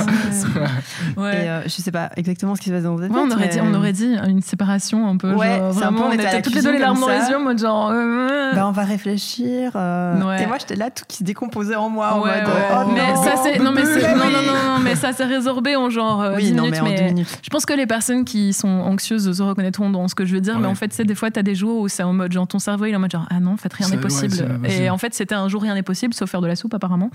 Et je sais pas exactement ce qui se passe dans votre tête. On aurait dit une séparation un peu. Ouais, genre, vraiment, on était toutes les deux les larmes dans les yeux, en mode genre. On va réfléchir. Et moi, j'étais là, tout qui se décomposait en moi. En mode, mais ça, c'est. Non, mais ça s'est résorbé en genre 10 minutes. Mais 2 minutes. Je pense que les personnes qui sont anxieuses se reconnaîtront dans ce que je veux dire. Ouais. Mais en fait, c'est des fois, t'as des jours où c'est en mode genre ton cerveau, il est en mode genre, ah non, en fait, rien n'est possible. Et en fait, c'était un jour, rien n'est possible, sauf faire de la soupe, apparemment.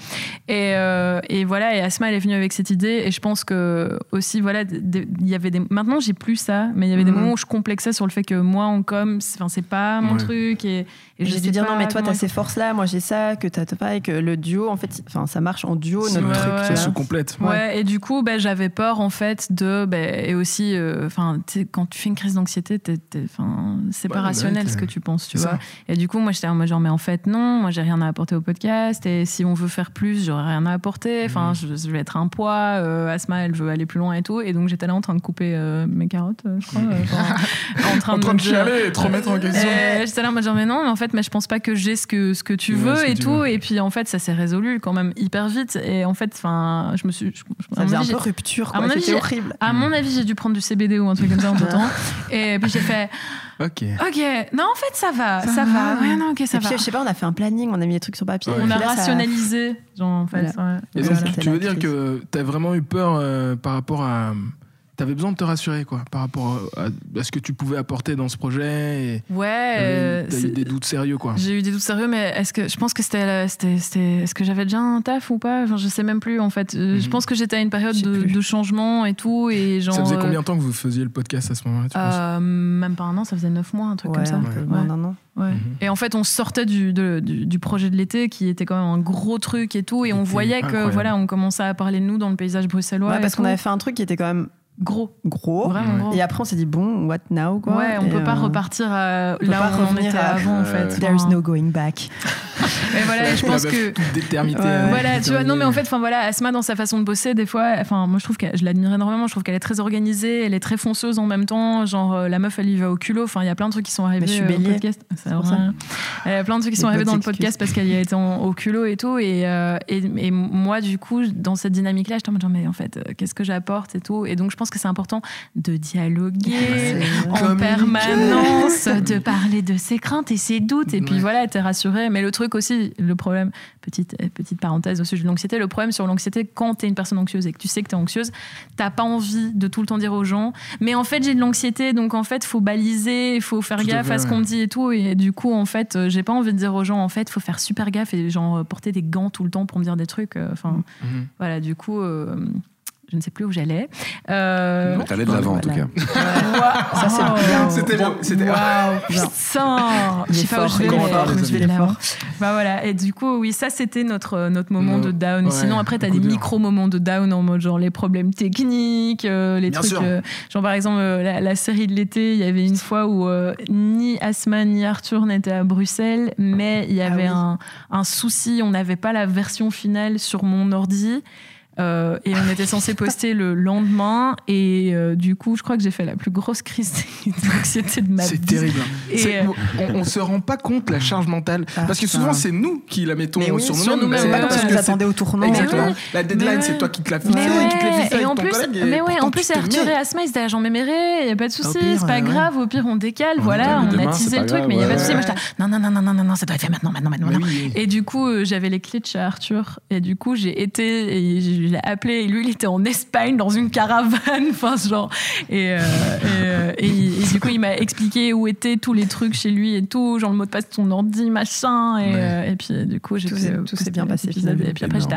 Et voilà, et Asma elle est venue avec cette idée, et je pense que aussi voilà, il y avait maintenant j'ai plus ça, mais il y avait des moments où je complexais sur le fait que moi en com, c'est pas mon truc, et j'ai dû dire non mais toi t'as ces forces là, moi j'ai ça que t'as pas, et que le duo en fait, ça marche en duo notre truc, ça se complète. Ouais, et du coup j'avais peur en fait de et aussi quand tu fais une crise d'anxiété c'est pas rationnel ce que tu penses, tu vois. Et du coup moi j'étais en mode genre mais en fait non, moi j'ai rien à apporter au podcast, et si on veut faire plus j'aurais rien à apporter, enfin je vais être un poids, Asma elle veut aller plus loin et tout, et donc j'étais là en train de couper mes carottes, je crois, en train de chialer et te remettre en question. J'étais là en mode genre mais non, mais en fait mais je pense pas que j'ai ce que tu veux et tout, et puis en fait ça s'est résolu quand même hyper vite, et en fait ça faisait un peu rupture, quoi. C'était horrible. À mon avis j'ai dû prendre du CBD ou un truc comme ça en tout temps, et puis j'ai fait Ok, non en fait ça va. Ouais, non, ok, ça va. Puis je sais pas, on a fait un planning, on a mis les trucs sur papier. On a rationalisé, genre en fait. Voilà. Et donc tu veux dire que t'as vraiment eu peur par rapport à... T'avais besoin de te rassurer, quoi, par rapport à ce que tu pouvais apporter dans ce projet. Et t'as eu des doutes sérieux, quoi. J'ai eu des doutes sérieux, mais je pense que est-ce que j'avais déjà un taf ou pas? Enfin, je sais même plus, en fait. Je pense que j'étais à une période de changement et tout, et genre. Ça faisait combien de temps que vous faisiez le podcast à ce moment-là, tu penses? Même pas un an, ça faisait 9 mois, un truc comme ça. Moins d'un an. Ouais. Et en fait, on sortait du projet de l'été qui était quand même un gros truc et tout, et on voyait que voilà, on commençait à parler de nous dans le paysage bruxellois. Ouais, parce qu'on avait fait un truc qui était quand même gros, vraiment gros. Et après on s'est dit bon, what now, quoi. Ouais, on peut pas repartir là où on était avant, en fait. There's no going back. Mais voilà, je pense que voilà, tu vois, non mais en fait, enfin voilà, Asma dans sa façon de bosser, des fois, enfin moi je trouve que je l'admire énormément. Je trouve qu'elle est très organisée, elle est très fonceuse en même temps. Genre la meuf, elle y va au culot. Enfin, il y a plein de trucs qui sont arrivés au podcast. Il y a plein de trucs qui sont arrivés dans le podcast parce qu'elle y a été au culot et tout. Et moi, du coup, dans cette dynamique-là, j'étais en mode genre, mais en fait, qu'est-ce que j'apporte et tout. Et donc, je pense que c'est important de dialoguer en permanence, de parler de ses craintes et ses doutes. Et puis voilà, t'es rassuré. Mais le truc aussi, le problème, petite parenthèse au sujet de l'anxiété, le problème sur l'anxiété, quand t'es une personne anxieuse et que tu sais que t'es anxieuse, t'as pas envie de tout le temps dire aux gens, mais en fait, j'ai de l'anxiété, donc en fait, faut baliser, il faut faire gaffe à ce qu'on dit et tout. Et du coup, en fait, j'ai pas envie de dire aux gens, en fait, faut faire super gaffe et genre porter des gants tout le temps pour me dire des trucs. Enfin, voilà, du coup. Je ne sais plus où j'allais. T'allais de l'avant, en tout cas. Ça, c'est bien. C'était bien. Waouh, putain. Je sais pas où je vais de l'avant. Bah voilà. Et du coup, oui, ça, c'était notre moment de down. Sinon, après, t'as des micro-moments de down en mode genre les problèmes techniques, les trucs. Genre, par exemple, la série de l'été, il y avait une fois où ni Asma ni Arthur n'étaient à Bruxelles, mais il y avait un souci. On n'avait pas la version finale sur mon ordi. Et on était censé poster le lendemain et du coup je crois que j'ai fait la plus grosse crise d'anxiété de ma vie. C'est terrible. On se rend pas compte la charge mentale parce que souvent c'est nous qui la mettons sur nous-mêmes. C'est pas parce que vous attendez au tournant. Exactement. La deadline c'est toi qui te la fixes et en plus Arthur et Asma ils étaient à Jean Méméré, il y a pas de souci, c'est pas grave, au pire on décale, voilà, on a teasé le truc mais il y a pas de souci. Moi j'étais non, ça doit être fait maintenant. Et du coup j'avais les clés de chez Arthur et du coup j'ai été je l'ai appelé et lui il était en Espagne dans une caravane enfin genre et du coup il m'a expliqué où étaient tous les trucs chez lui et tout, genre le mot de passe de son ordi machin et puis du coup tout s'est bien passé et puis après j'étais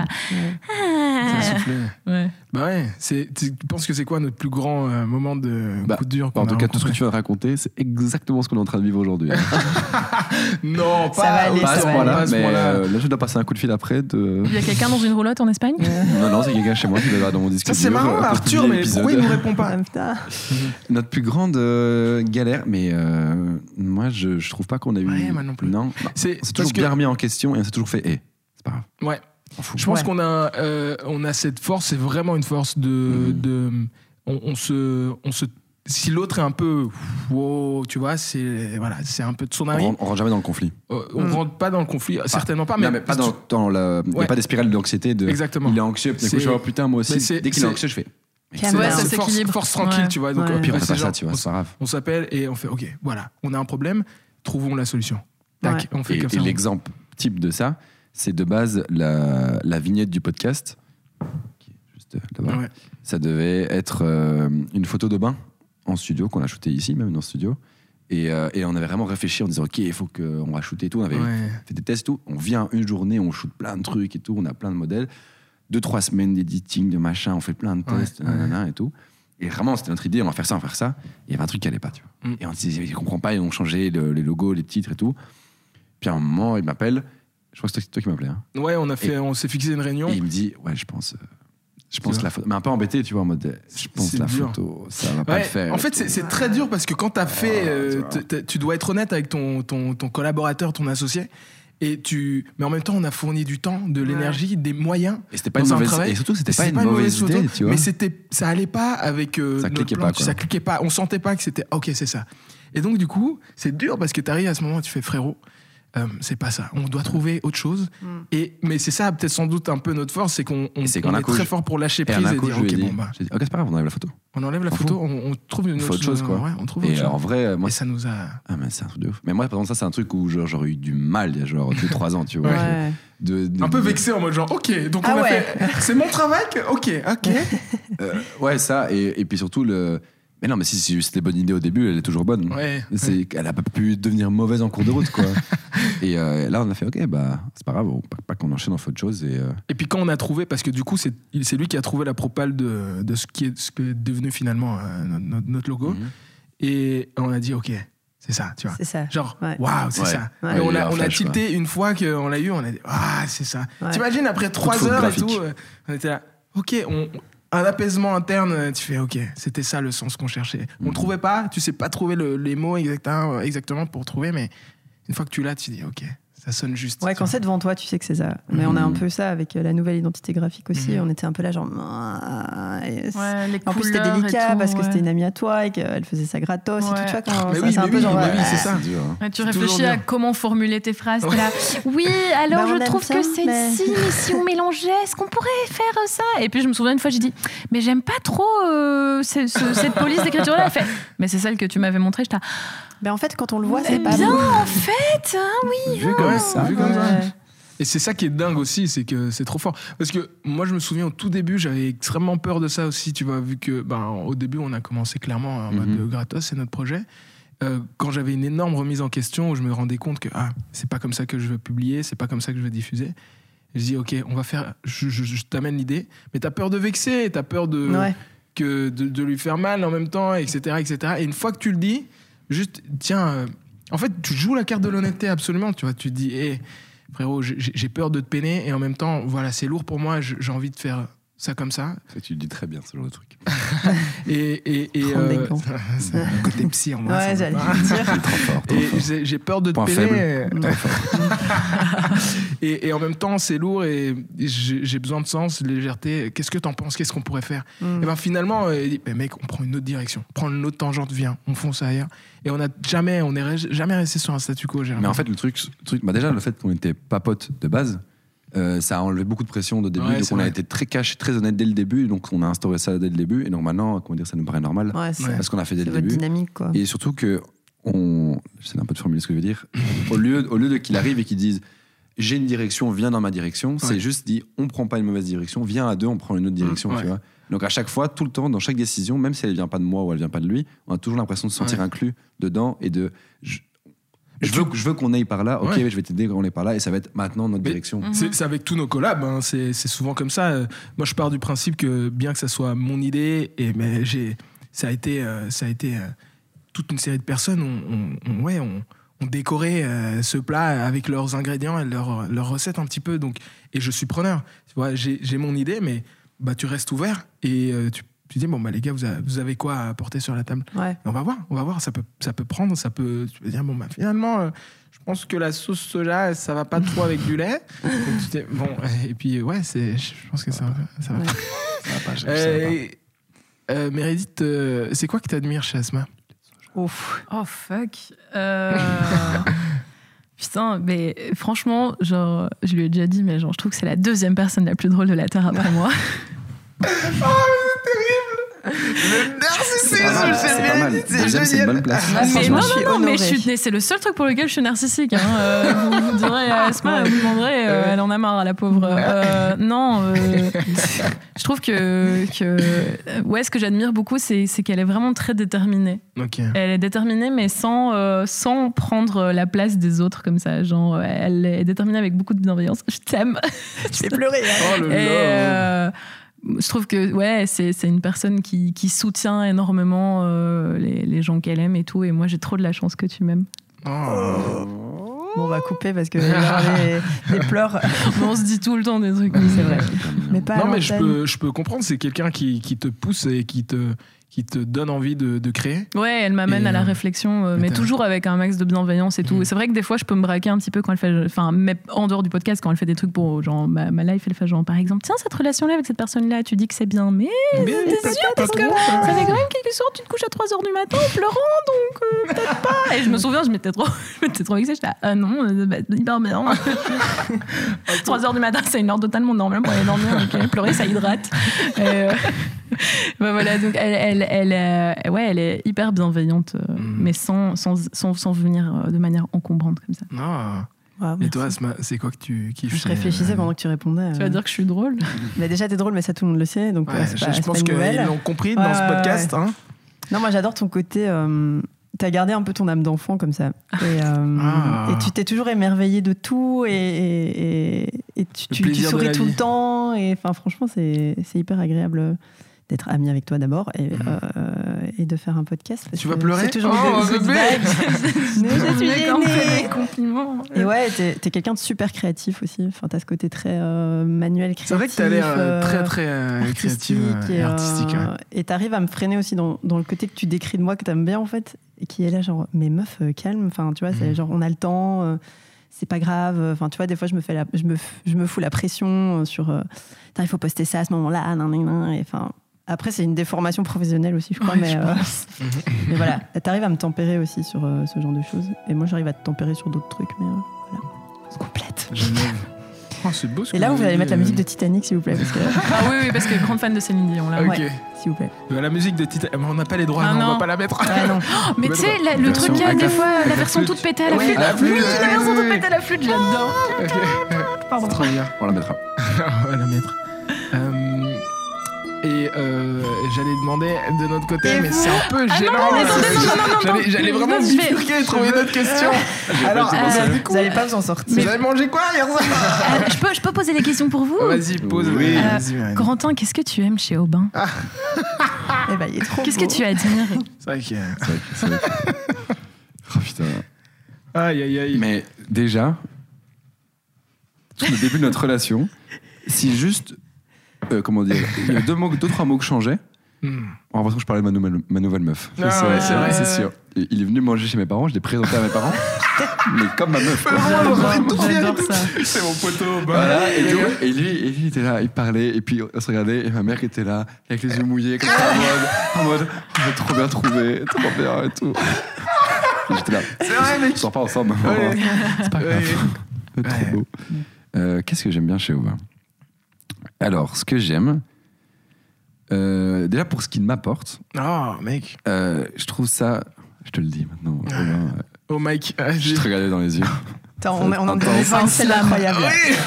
bah ouais, tu penses que c'est quoi notre plus grand moment de coup de dur en tout cas tout ce que tu viens de raconter c'est exactement ce qu'on est en train de vivre aujourd'hui. Non, ça va aller, pas à ce point-là, mais là je dois passer un coup de fil après il y a quelqu'un dans une roulotte en Espagne? Non, c'est quelqu'un chez moi qui va dans mon disque dur. C'est marrant Arthur, mais pourquoi il nous répond pas? Notre plus grande galère, mais moi je trouve pas qu'on a eu. Ouais, moi non plus. Non, c'est toujours bien remis en question et on s'est toujours fait c'est pas grave. Ouais. Je pense qu'on a cette force, c'est vraiment une force on se si l'autre est un peu tu vois, c'est un peu de son avis. On rentre jamais dans le conflit. On rentre pas dans le conflit, certainement pas. Mais pas dans la. Il n'y a pas des spirales d'anxiété. Exactement. Il est anxieux. Puis je vois putain moi aussi. Dès qu'il est anxieux, je fais. C'est force tranquille, tu vois. Donc puis on fait pas ça, tu vois, c'est pas grave. On s'appelle et on fait ok, voilà, on a un problème, trouvons la solution. Tac, on fait comme ça. Et l'exemple type de ça, c'est de base la vignette du podcast. Qui est juste là-bas. Ouais. Ça devait être une photo de bain en studio qu'on a shooté ici, même dans le studio. Et on avait vraiment réfléchi en disant ok, il faut qu'on va shooter et tout. On avait fait des tests et tout. On vient une journée, on shoot plein de trucs et tout. On a plein de modèles. 2-3 semaines d'éditing, de machin. On fait plein de tests, et tout. Et vraiment, c'était notre idée. On va faire ça, on va faire ça. Il y avait un truc qui allait pas, tu vois. Et on disait, je comprends pas. Ils ont changé les logos, les titres et tout. Puis à un moment, il m'appelle. Je crois que c'est toi qui m'appelais. Hein. Ouais, on s'est fixé une réunion. Et il me dit, ouais, je pense la photo, mais un peu embêté, tu vois, en mode, je pense la photo, ça va pas le faire. En fait, c'est très dur parce que quand t'as fait, tu dois être honnête avec ton collaborateur, ton associé. Mais en même temps, on a fourni du temps, de l'énergie, des moyens. Et c'était pas une mauvaise idée. Et surtout, c'était pas une mauvaise idée, tu vois. Mais ça allait pas avec. Ça cliquait pas, quoi. Ça cliquait pas. On sentait pas que c'était ok, c'est ça. Et donc, du coup, c'est dur parce que t'arrives à ce moment, tu fais frérot. C'est pas ça. On doit trouver autre chose. Mais c'est ça, peut-être sans doute un peu notre force, c'est qu'on est très fort pour lâcher prise et dire ok, bon bah. J'ai dit ok, c'est pas grave, on enlève la photo. On enlève la photo, on trouve une autre chose, quoi. Ouais, on trouve et autre chose. En vrai, moi. Et ça nous a. Ah, mais c'est un truc de ouf. Mais moi, par exemple, ça, c'est un truc où j'aurais eu du mal il y a genre 2-3 ans, tu vois. Un peu vexé en mode genre ok, donc on a fait. C'est mon travail ok. Ouais, ça. Et puis surtout, mais non, mais si c'était bonne idée au début, elle est toujours bonne. Elle a pas pu devenir mauvaise en cours de route, quoi. Et là, on a fait, ok, bah, c'est pas grave, pas qu'on enchaîne, on fait autre chose. Et puis quand on a trouvé, parce que du coup, c'est lui qui a trouvé la propale de ce qui est devenu finalement notre logo. Et on a dit, ok, c'est ça, tu vois. C'est ça. Genre, waouh, c'est ça. Ouais. Et on a tilté une fois qu'on l'a eu, on a dit, c'est ça. T'imagines, après 3 heures et tout, on était là, ok, un apaisement interne, tu fais ok, c'était ça le sens qu'on cherchait. On le trouvait pas, tu sais pas trouver les mots exactement pour trouver, mais une fois que tu l'as, tu dis ok, Ça sonne juste. Ouais, quand c'est devant toi, tu sais que c'est ça. Mais on a un peu ça avec la nouvelle identité graphique aussi. On était un peu là, genre. Les en plus, c'était délicat parce que c'était une amie à toi et qu'elle faisait ça gratos et tout. Tu vois, quand c'est un peu genre. Oui, c'est ça. Tu réfléchis à comment formuler tes phrases. T'es là, oui, alors je trouve que c'est ici, mais si on mélangeait, est-ce qu'on pourrait faire ça? Et puis je me souviens une fois, j'ai dit, mais j'aime pas trop cette police d'écriture-là. Elle fait, mais c'est celle que tu m'avais montrée. J'étais, ben en fait, quand on le voit, c'est pas bien, bon. en fait, hein, oui. Vu comme ça. Et c'est ça qui est dingue aussi, c'est que c'est trop fort. Parce que moi, je me souviens, au tout début, j'avais extrêmement peur de ça aussi, tu vois, vu que, au début, on a commencé clairement en mode gratos, c'est notre projet. Quand j'avais une énorme remise en question, où je me rendais compte que, c'est pas comme ça que je veux publier, c'est pas comme ça que je veux diffuser. Et je dis, ok, on va faire, je t'amène l'idée, mais t'as peur de vexer, t'as peur de lui faire mal en même temps, etc., etc. Et une fois que tu le dis, juste, tiens, en fait, tu joues la carte de l'honnêteté absolument, tu vois, tu te dis, frérot, j'ai peur de te peiner et en même temps, voilà, c'est lourd pour moi, j'ai envie de faire ça comme ça. Tu le dis très bien, ce genre de truc. et c'est un côté psy en moi. Ouais, j'allais dire. Trop fort. Et j'ai peur de te peiner. Et en même temps, c'est lourd et j'ai besoin de sens, de légèreté. Qu'est-ce que t'en penses? Qu'est-ce qu'on pourrait faire? Et ben finalement, il dit, mec, on prend une autre direction, prends une autre tangente, viens, on fonce ailleurs. Et on n'est jamais resté sur un statu quo. Mais en fait, le truc, déjà, le fait qu'on n'était pas potes de base, ça a enlevé beaucoup de pression de début. Donc on a été très cash, très honnête dès le début. Donc on a instauré ça dès le début. Et donc maintenant, ça nous paraît normal. Parce qu'on a fait dès le début. Dynamique, quoi. Et surtout que, j'essaie un peu de formuler ce que je veux dire. au lieu de qu'il arrive et qu'il dise j'ai une direction, viens dans ma direction, c'est juste dit on prend pas une mauvaise direction, viens à deux, on prend une autre direction. Tu vois. Donc à chaque fois, tout le temps, dans chaque décision, même si elle vient pas de moi ou elle vient pas de lui, on a toujours l'impression de se sentir inclus dedans et de. Je veux qu'on aille par là, ok, je vais t'aider qu'on aille par là, et ça va être maintenant notre direction. C'est avec tous nos collabs, hein, c'est souvent comme ça. Moi, je pars du principe que bien que ça soit mon idée, ça a été toute une série de personnes ont décoré ce plat avec leurs ingrédients et leurs recettes un petit peu. Donc, et je suis preneur. Tu vois, j'ai mon idée, mais tu restes ouvert et tu dis, les gars, vous avez quoi à apporter sur la table? On va voir, ça peut prendre, tu peux dire, finalement, je pense que la sauce soja, ça va pas trop avec du lait. Et puis, je pense que ça va pas. Ça va pas, Meredith, c'est quoi que t'admires chez Asma? Oh fuck. Putain, mais franchement, genre, je lui ai déjà dit, mais genre, je trouve que c'est la deuxième personne la plus drôle de la Terre après moi. Oh, c'est terrible! Le narcissisme, c'est une bonne place. Mais non, mais c'est le seul truc pour lequel je suis narcissique. Vous direz à Asma, vous demanderez, elle en a marre, la pauvre. Je trouve que ce que j'admire beaucoup, c'est qu'elle est vraiment très déterminée. Okay. Elle est déterminée, mais sans prendre la place des autres comme ça. Genre, elle est déterminée avec beaucoup de bienveillance. Je t'aime. Je vais pleurer. Oh là là. Je trouve que c'est une personne qui soutient énormément les gens qu'elle aime et tout. Et moi, j'ai trop de la chance que tu m'aimes. Bon, on va couper parce que les pleurs. On se dit tout le temps des trucs. Oui, c'est vrai. Mais pas non, mais je peux comprendre. C'est quelqu'un qui te pousse et qui te donne envie de créer. Ouais, elle m'amène à la réflexion, mais toujours avec un max de bienveillance et tout. Et c'est vrai que des fois, je peux me braquer un petit peu quand elle fait, mais en dehors du podcast, quand elle fait des trucs pour genre ma life, elle fait genre par exemple, tiens, cette relation-là avec cette personne-là, tu dis que c'est bien, mais t'es sûr parce que ça fait quand même quelques soirs, tu te couches à 3h du matin en pleurant, donc peut-être pas. Et je me souviens, je m'étais trop vexée, j'étais non, hyper bien. 3h du matin, c'est une heure totalement normale pour aller dormir, donc pleurer, ça hydrate. Voilà, donc elle est hyper bienveillante, mais sans venir de manière encombrante comme ça. Ah. Et toi, Asma, c'est quoi que tu kiffes? Je réfléchissais pendant que tu répondais. Tu vas dire que je suis drôle? Mais déjà, t'es drôle, mais ça, tout le monde le sait. Donc, je pense qu'ils l'ont compris dans ce podcast. Hein. Non, moi, j'adore ton côté. T'as gardé un peu ton âme d'enfant comme ça. Et tu t'es toujours émerveillé de tout. Et tu souris tout le temps. Et franchement, c'est hyper agréable d'être amie avec toi d'abord et de faire un podcast. Tu vas pleurer? C'est toujours je suis gênée. Compliments. Et ouais, t'es quelqu'un de super créatif aussi. Enfin, t'as ce côté très manuel, créatif. C'est vrai que t'as l'air très très créatif et artistique. Et t'arrives à me freiner aussi dans le côté que tu décris de moi, que t'aimes bien en fait, et qui est là genre, mais meuf, calme. Enfin, tu vois, c'est genre, on a le temps. c'est pas grave. Enfin, tu vois, des fois, je me fous la pression sur il faut poster ça à ce moment-là. Et enfin, après, c'est une déformation professionnelle aussi, je crois. Mais voilà, t'arrives à me tempérer aussi sur ce genre de choses. Et moi, j'arrive à te tempérer sur d'autres trucs. Mais voilà, on complète. Oh, c'est beau, et là, vous allez mettre la musique de Titanic, s'il vous plaît. Parce que... Ah oui, parce que grande fan de Céline Dion, là. Ok. S'il vous plaît. La musique de Titanic, on n'a pas les droits, on va pas la mettre. Non. Mais tu sais, le truc qu'il y a des fois, la version toute pétée à la flûte. Oui, la version toute pétée à la flûte, j'adore. Pardon. Trop bien. On la mettra. On va la mettre. Et j'allais demander de notre côté, mais c'est un peu gênant. Non. J'allais vraiment bifurquer et trouver d'autres questions. Alors, du coup, vous n'allez pas vous en sortir. Vous avez mangé quoi hier soir? Je peux poser les questions pour vous? Vas-y, pose. Corentin, qu'est-ce que tu aimes chez Aubin? Eh ben, il est trop Qu'est-ce beau. que tu admires? C'est vrai que... Oh putain. Aïe. Mais déjà, sur le début de notre relation, si juste... comment dire, il y a 2-3 mots que je changeais. On a l'impression que je parlais de ma nouvelle meuf. C'est vrai, c'est sûr. Il est venu manger chez mes parents, je l'ai présenté à mes parents, mais comme ma meuf. J'adore ça. C'est mon poteau. Voilà, et lui, il était là, il parlait, et puis on se regardait, et ma mère qui était là, avec les yeux mouillés, comme ça, en mode, on a trop bien trouvé, trop bien et tout. Et j'étais là. C'est vrai, mec. On sort pas ensemble. C'est pas grave. Trop beau. Qu'est-ce que j'aime bien chez Aubin? Alors, ce que j'aime, déjà pour ce qu'il m'apporte, mec, je trouve ça, je te le dis maintenant, oh Mike, je te regardais dans les yeux. Attends, on en dirait pas une scène incroyable.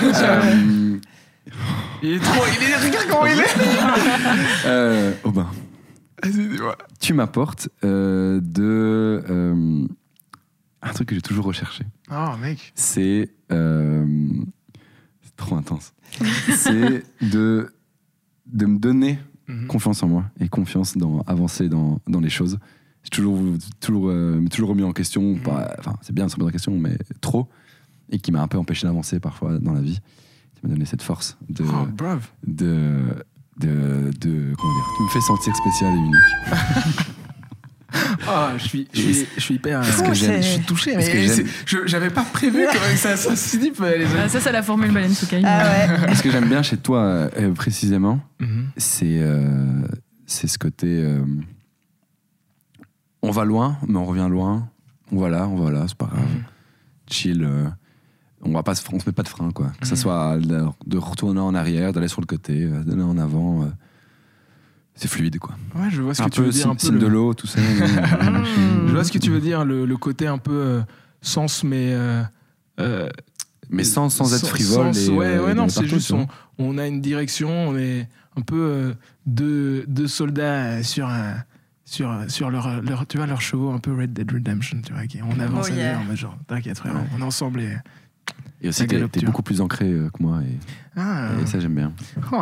Il est regarde comment il est. Aubin, tu m'apportes un truc que j'ai toujours recherché. Oh mec, c'est trop intense. C'est de me donner confiance en moi et confiance dans avancer dans les choses. J'ai toujours remis en question, enfin c'est bien de se remettre en question, mais trop, et qui m'a un peu empêché d'avancer parfois dans la vie. Tu m'as donné cette force de comment dire, tu me fais sentir spécial et unique. je suis hyper. Je suis touché, mais j'avais pas prévu que ça se dit. Ça, c'est la formule Baleine Soukaï. Ce que j'aime bien chez toi, précisément, c'est ce côté. On va loin, mais on revient loin. On va là, c'est pas grave. Chill. On se met pas de frein, quoi. Que ça soit de retourner en arrière, d'aller sur le côté, d'aller en avant. C'est fluide, quoi. Ouais, je vois ce que tu veux dire. Un peu de l'eau, tout ça. Je vois ce que tu veux dire, le côté un peu sens, mais sans être frivole. Non, c'est juste on a une direction, on est un peu deux soldats sur leur tu vois, leurs chevaux, un peu Red Dead Redemption, tu vois, on avance en mode genre, t'inquiète frère, on est ensemble et aussi t'es beaucoup plus ancré que moi et ça j'aime bien.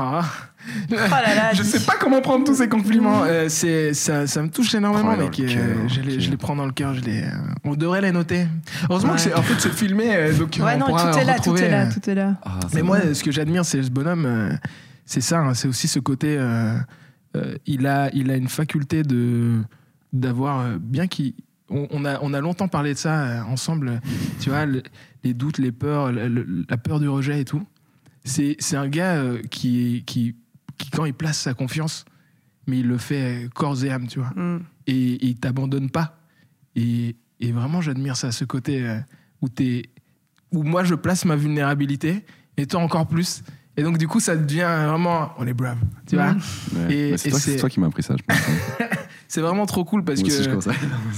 Je sais pas comment prendre tous ces compliments. Ça me touche énormément, mec. Je les prends dans le cœur. On devrait les noter. Heureusement que c'est filmé, donc on pourra retrouver. Tout est là. Mais moi, ce que j'admire, c'est ce bonhomme. C'est ça. Hein, c'est aussi ce côté. Il a une faculté d'avoir bien qu'il. On a longtemps parlé de ça ensemble. Tu vois, les doutes, les peurs, la peur du rejet et tout. C'est un gars qui quand il place sa confiance, mais il le fait corps et âme, tu vois. Et il t'abandonne pas. Et vraiment, j'admire ça, ce côté où moi, je place ma vulnérabilité, et toi encore plus. Et donc, du coup, ça devient vraiment... On est brave, tu vois. Ouais. C'est toi qui m'as appris ça, je pense. C'est vraiment trop cool parce moi que... aussi, je pense ça.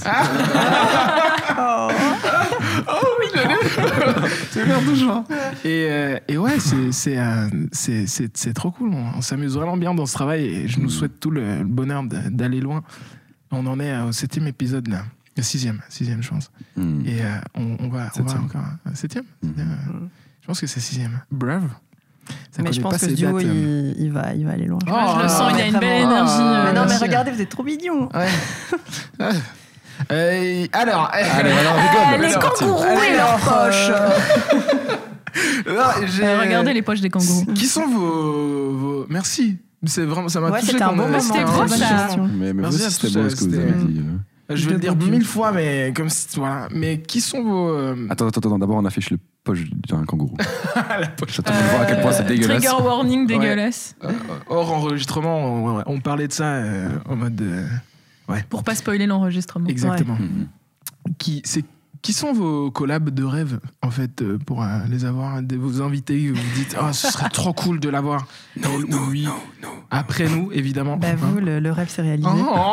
Oh oui, c'est bien toujours. Et ouais, c'est trop cool. On s'amuse vraiment bien dans ce travail et je nous souhaite tout le bonheur d'aller loin. On en est au 7e épisode là. 6e, je pense. Et on va encore... 7e Je pense que c'est 6e. Brave. Mais je pense que ce duo, il va aller loin. Je le sens, il y a une belle énergie. Mais non, mais regardez, vous êtes trop mignons. Ouais. Alors, les kangourous et leurs poches. Regardez les poches des kangourous. Qui sont vos... Merci. C'est vraiment, ça m'a touché. C'était un bon moment. C'était beau, ça. Mais merci, c'était beau ce que vous avez dit. Je vais le dire 1000 fois, mais comme si... Voilà. Mais qui sont vos... Attends, d'abord on affiche le poche d'un kangourou. La poche. J'attends de voir à quel point c'est dégueulasse. Trigger warning dégueulasse. Hors enregistrement, on parlait de ça en mode... Pour pas spoiler l'enregistrement. Exactement. Qui sont vos collabs de rêve, en fait, pour les avoir, vos invités, vous dites, ce serait trop cool de l'avoir. Oui. Après nous, évidemment. Vous, le rêve s'est réalisé.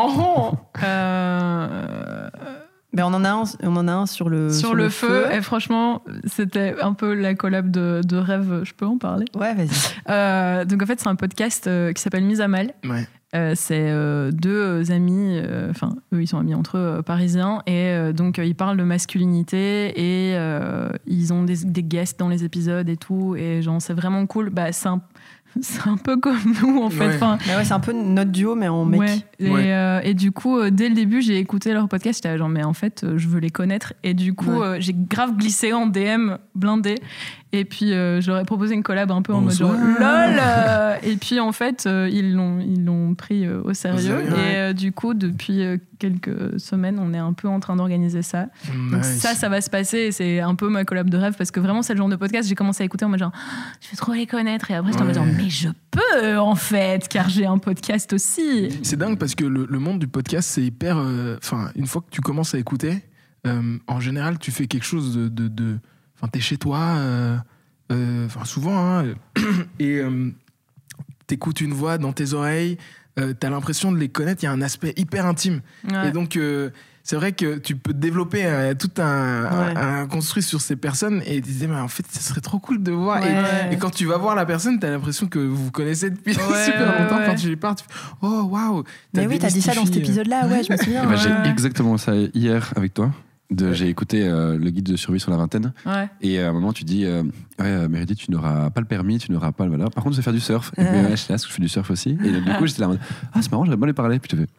Mais on en a un sur le feu. Et franchement, c'était un peu la collab de rêve. Je peux en parler? Ouais, vas-y. Donc en fait, c'est un podcast qui s'appelle Mise à Mal. Ouais. C'est deux amis, eux ils sont amis entre eux, parisiens, et donc ils parlent de masculinité et ils ont des guests dans les épisodes et tout, et genre c'est vraiment cool. C'est un peu comme nous en fait. Ouais. C'est un peu notre duo mais en mec. Et du coup, dès le début, j'ai écouté leur podcast. J'étais genre, mais en fait, je veux les connaître. Et du coup, j'ai grave glissé en DM blindé. Et puis, je leur ai proposé une collab un peu en mode genre, lol. Et puis, en fait, ils l'ont pris au sérieux. Et du coup, depuis quelques semaines, on est un peu en train d'organiser ça. Donc ça va se passer. Et c'est un peu ma collab de rêve parce que vraiment, c'est le genre de podcast. J'ai commencé à écouter en mode genre, je veux trop les connaître. Et après, j'étais en mode genre, mais je peux en fait, car j'ai un podcast aussi. C'est dingue parce que le monde du podcast, c'est hyper. Une fois que tu commences à écouter, en général, tu fais quelque chose de t'es chez toi, souvent, et t'écoutes une voix dans tes oreilles, t'as l'impression de les connaître, il y a un aspect hyper intime. Ouais. Et donc, c'est vrai que tu peux développer tout un construit sur ces personnes et tu te dis, mais en fait, ça serait trop cool de voir. Et quand tu vas voir la personne, t'as l'impression que vous vous connaissez depuis super longtemps. Quand tu les parles, tu fais, oh waouh! Mais oui, t'as dit ça dans cet épisode-là, je me souviens. J'ai exactement ça hier avec toi. J'ai écouté le guide de survie sur la vingtaine. Ouais. Et à un moment, tu dis Meredith, tu n'auras pas le permis, tu n'auras pas le valeur. Par contre, tu sais faire du surf. Et puis, je suis là, parce que je fais du surf aussi. Et du coup, j'étais là en mode, c'est marrant, j'aurais bien lui parler. Puis tu fais.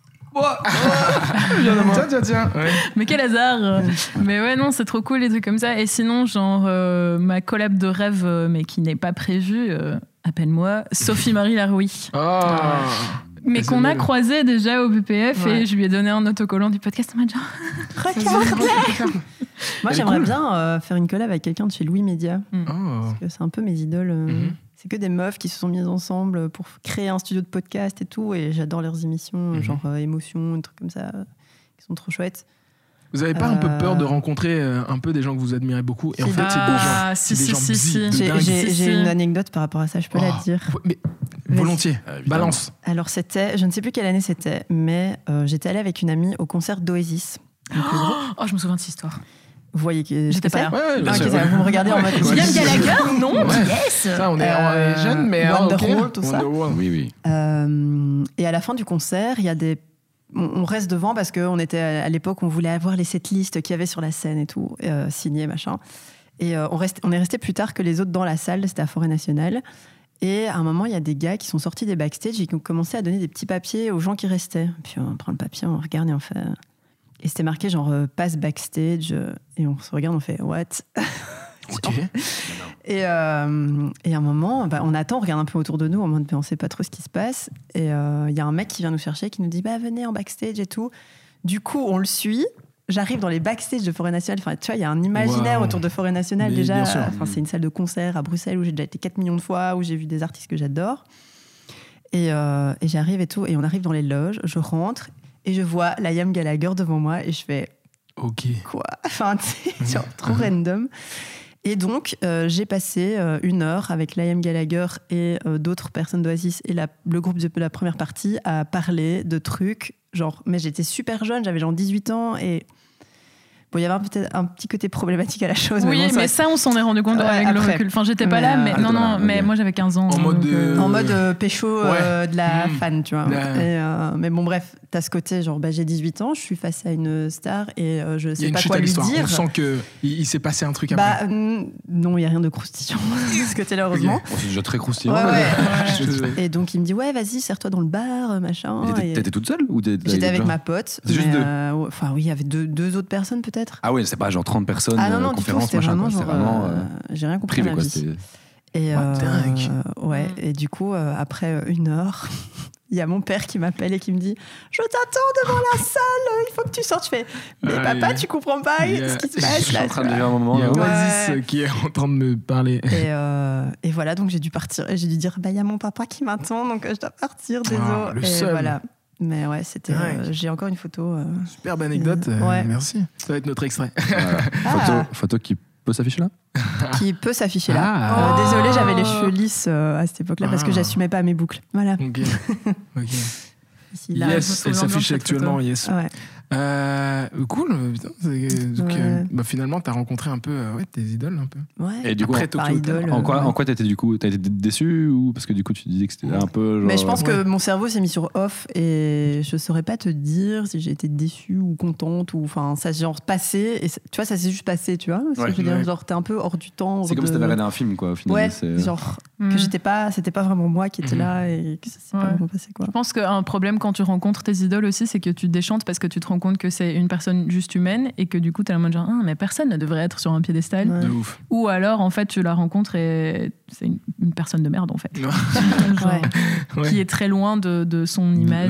Tiens. Ouais. Mais quel hasard. Mais ouais, non, c'est trop cool les trucs comme ça. Et sinon, genre, ma collab de rêve, mais qui n'est pas prévue, appelle-moi Sophie-Marie Laroui. Mais qu'on a croisé déjà au PPF et je lui ai donné un autocollant du podcast en mode genre regarde. Moi j'aimerais bien faire une collab avec quelqu'un de chez Louis Média parce que c'est un peu mes idoles. C'est que des meufs qui se sont mises ensemble pour créer un studio de podcast et tout, et j'adore leurs émissions genre Émotion, des trucs comme ça qui sont trop chouettes. Vous n'avez pas un peu peur de rencontrer un peu des gens que vous admirez beaucoup et en fait c'est des gens J'ai une anecdote par rapport à ça, je peux la dire. Mais volontiers, balance. Alors c'était, je ne sais plus quelle année c'était, mais j'étais allée avec une amie au concert d'Oasis. Je me souviens de cette histoire. Vous voyez que j'étais pas là. Vous me regardez en mode Liam Gallagher, non? Yes. Ça, on est jeunes, mais Wonderwall, tout ça. Oui. Et à la fin du concert, il y a des on reste devant parce qu'on était à l'époque, on voulait avoir les setlists qu'il y avait sur la scène et tout, signés, machin. Et on est resté plus tard que les autres dans la salle, c'était à Forêt Nationale. Et à un moment, il y a des gars qui sont sortis des backstage et qui ont commencé à donner des petits papiers aux gens qui restaient. Puis on prend le papier, on regarde et on fait. Et c'était marqué genre passe backstage. Et on se regarde, on fait what? Ok. Et à un moment, on attend, on regarde un peu autour de nous, on ne sait pas trop ce qui se passe. Et il y a un mec qui vient nous chercher, qui nous dit venez en backstage et tout. Du coup, on le suit. J'arrive dans les backstage de Forêt Nationale. Enfin, tu vois, il y a un imaginaire autour de Forêt Nationale déjà. C'est une salle de concert à Bruxelles où j'ai déjà été 4 millions de fois, où j'ai vu des artistes que j'adore. Et j'arrive et tout. Et on arrive dans les loges, je rentre et je vois Liam Gallagher devant moi et je fais OK. Quoi? Enfin, c'est genre trop random. Et donc, j'ai passé 1 heure avec Liam Gallagher et d'autres personnes d'Oasis et le groupe de la première partie à parler de trucs. Genre, mais j'étais super jeune, j'avais genre 18 ans et bon, il y avait peut-être un petit côté problématique à la chose. Oui, mais ça, on s'en est rendu compte avec le recul. Enfin, j'étais pas là, mais mais moi j'avais 15 ans. En mode pécho de la fan, tu vois. Mais bon, bref, t'as ce côté, genre, j'ai 18 ans, je suis face à une star et je sais pas quoi lui dire. On sent qu'il s'est passé un truc après. Non, il n'y a rien de croustillant de ce côté-là, heureusement. Okay. C'est déjà très croustillant. Et donc, il me dit, vas-y, serre-toi dans le bar, machin. T'étais toute seule ou J'étais avec ma pote. C'est juste 2. Enfin, oui, il y avait 2 autres personnes, peut-être. Ah oui, c'est pas genre 30 personnes, non, conférence, du tout, machin. C'est vraiment j'ai rien compris privé, à la vie. Et, et du coup, après 1 heure, il y a mon père qui m'appelle et qui me dit « Je t'attends devant la salle, il faut que tu sortes. » Je fais « Mais papa, tu comprends pas ce qui se passe là. » Je suis en train de vivre un moment. Il y a Oasis qui est en train de me parler. Et voilà, donc j'ai dû partir. Et j'ai dû dire « Il y a mon papa qui m'attend, donc je dois partir, désolé. » Et seum. voilà. Mais ouais, c'était. J'ai encore une photo. Superbe anecdote. Merci. Ça va être notre extrait. Photo qui peut s'afficher là. Qui peut s'afficher là. Désolée, j'avais les cheveux lisses à cette époque-là parce que j'assumais pas mes boucles. Voilà. Ok. Ici, là, yes, elle s'affiche actuellement. Yes. Ouais. Cool. Putain, donc, finalement, t'as rencontré un peu tes idoles un peu. Ouais. Et du coup, idole, en quoi t'étais du coup, t'as été déçu ou parce que du coup tu disais que c'était un peu. Genre... Mais je pense que mon cerveau s'est mis sur off et je saurais pas te dire si j'ai été déçue ou contente ou enfin ça s'est genre passé et tu vois ça s'est juste passé tu vois. Ce que je veux dire genre t'es un peu hors du temps. C'est comme si t'avais regardé un film quoi au final. Ouais. Genre que c'était pas vraiment moi qui était là et que ça s'est pas vraiment passé quoi. Je pense qu'un problème quand tu rencontres tes idoles aussi c'est que tu déchantes parce que tu te rends compte que c'est une personne juste humaine et que du coup t'es là en mode genre mais personne ne devrait être sur un piédestal. De ouf. Ou alors en fait tu la rencontres et c'est une personne de merde en fait. Genre, qui est très loin de son image.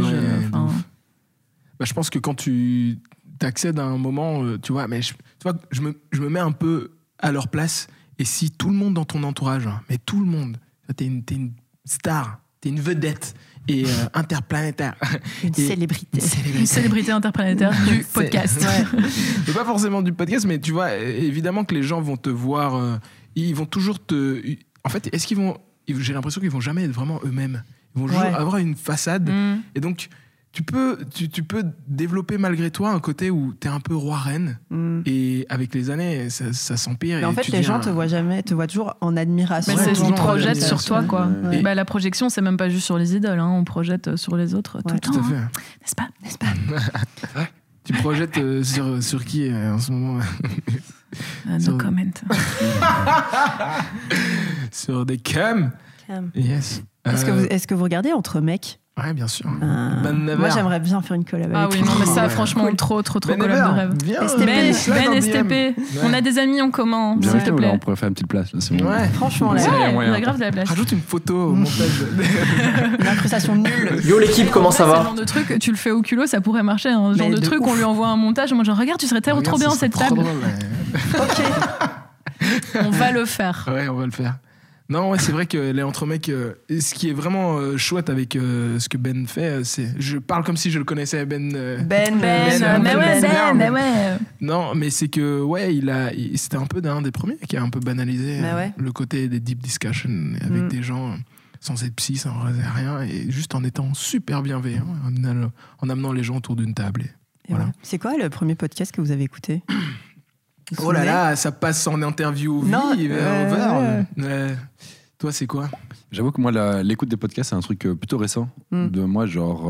Je pense que quand tu t'accèdes à un moment, tu vois, mais je me mets un peu à leur place. Et si tout le monde dans ton entourage, mais tout le monde, t'es une star, t'es une vedette et interplanétaire. Une célébrité. Une célébrité interplanétaire du podcast. Mais pas forcément du podcast, mais tu vois, évidemment que les gens vont te voir, ils vont toujours te... En fait, j'ai l'impression qu'ils vont jamais être vraiment eux-mêmes. Ils vont toujours avoir une façade. Et donc, tu peux développer malgré toi un côté où t'es un peu roi-reine. Et avec les années, ça s'empire. Mais en fait, les gens te voient toujours en admiration. Mais c'est ce qu'ils projettent sur toi, quoi. Ouais. La projection, c'est même pas juste sur les idoles. On projette sur les autres tout le temps. Tout à fait. N'est-ce pas Tu projettes sur qui en ce moment? No comment. Sur des cams. Yes. Est-ce que vous regardez Entre mecs? Ouais, bien sûr. Moi, j'aimerais bien faire une collab avec oui, non, mais ça, franchement, trop collab de rêve. Ben STP. On a des amis en commun, s'il te plaît. On pourrait faire une petite place. Là, c'est bon. Ouais, franchement, là. Il y a grave de la place. Rajoute une photo au montage. Une incrustation nulle. Yo l'équipe, comment ça va? Ce genre de truc, tu le fais au culot, ça pourrait marcher. Ce genre de truc, on lui envoie un montage. Moi, genre, regarde, tu serais trop bien cette table. Ok. On va le faire. Ouais, on va le faire. Non, c'est vrai que les Entre mecs, ce qui est vraiment chouette avec ce que Ben fait, c'est. Je parle comme si je le connaissais, Ben. Mais ouais. Non, mais c'est que, c'était un peu d'un des premiers qui a un peu banalisé le côté des deep discussions avec des gens sans être psy, sans rien, et juste en étant super bienveillant, en amenant les gens autour d'une table. Et voilà. C'est quoi le premier podcast que vous avez écouté? Oh là là, ça passe en interview toi, c'est quoi? J'avoue que moi, l'écoute des podcasts, c'est un truc plutôt récent. De moi, genre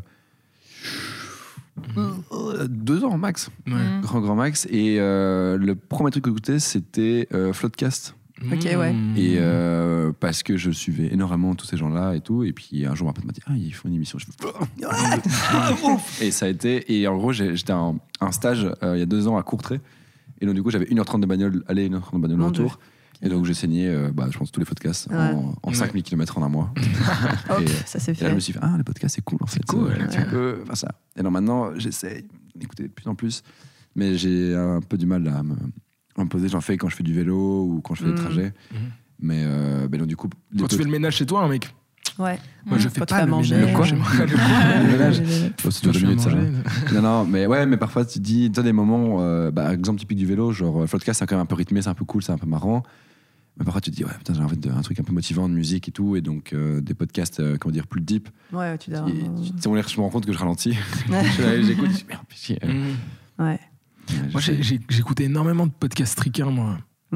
2 ans max. Grand max. Et le premier truc que j'écoutais, c'était Floodcast. Ok, ouais. Et parce que je suivais énormément tous ces gens-là et tout. Et puis un jour, ma pote m'a dit ils font une émission. Je fais et ça a été. Et en gros, j'étais à un stage il y a 2 ans à Courtrai. Et donc, du coup, j'avais 1h30 de bagnole aller, 1h30 de bagnole retour. Et donc, j'ai saigné, je pense, tous les podcasts en 5000 km en un mois. Ça s'est fait. Et là, je me suis fait, les podcasts, c'est cool, en fait. Cool. Ça. Et donc, maintenant, j'essaie d'écouter de plus en plus. Mais j'ai un peu du mal à me poser. J'en fais quand je fais du vélo ou quand je fais des trajets. Mais donc, du coup... Quand tu fais le ménage chez toi, mec. Ouais. Moi, je fais pas le manger. ménage. Le ménage. C'est 2 minutes, ça. Non, mais parfois, tu dis, tu as des moments, exemple typique du vélo, genre, podcast, c'est quand même un peu rythmé, c'est un peu cool, c'est un peu marrant. Mais parfois, tu te dis, putain, j'ai envie d'un truc un peu motivant, de musique et tout, et donc des podcasts, plus deep. Ouais, tu dois. Je me rends compte que je ralentis. J'écoute, je dis, merde, pitié. Ouais. Moi, j'écoutais énormément de podcasts triquins, moi.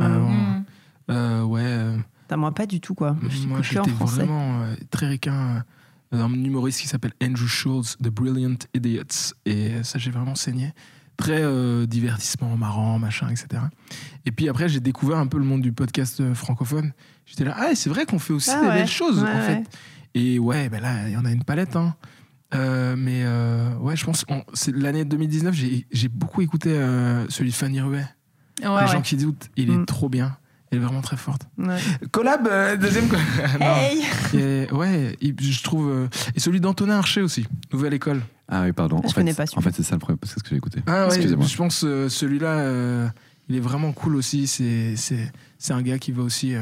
Moi, pas du tout, quoi. Moi, j'étais vraiment très ricain. Un humoriste qui s'appelle Andrew Schulz, The Brilliant Idiots. Et ça, j'ai vraiment saigné. Très divertissement, marrant, machin, etc. Et puis après, j'ai découvert un peu le monde du podcast francophone. J'étais là, c'est vrai qu'on fait aussi des belles choses, en fait. Et là, il y en a une palette. Hein. Je pense c'est l'année 2019, j'ai beaucoup écouté celui de Fanny Ruet. Les gens qui doutent, il est trop bien. Elle est vraiment très forte. Ouais. Collab, deuxième collab. Hey. Je trouve. Et celui d'Antonin Archer aussi, Nouvelle École. Ah oui, pardon. Je connais pas celui-là. En fait, c'est ça le problème, parce que c'est ce que j'ai écouté. Ah ouais, excusez-moi. je pense celui-là, il est vraiment cool aussi. C'est un gars qui va aussi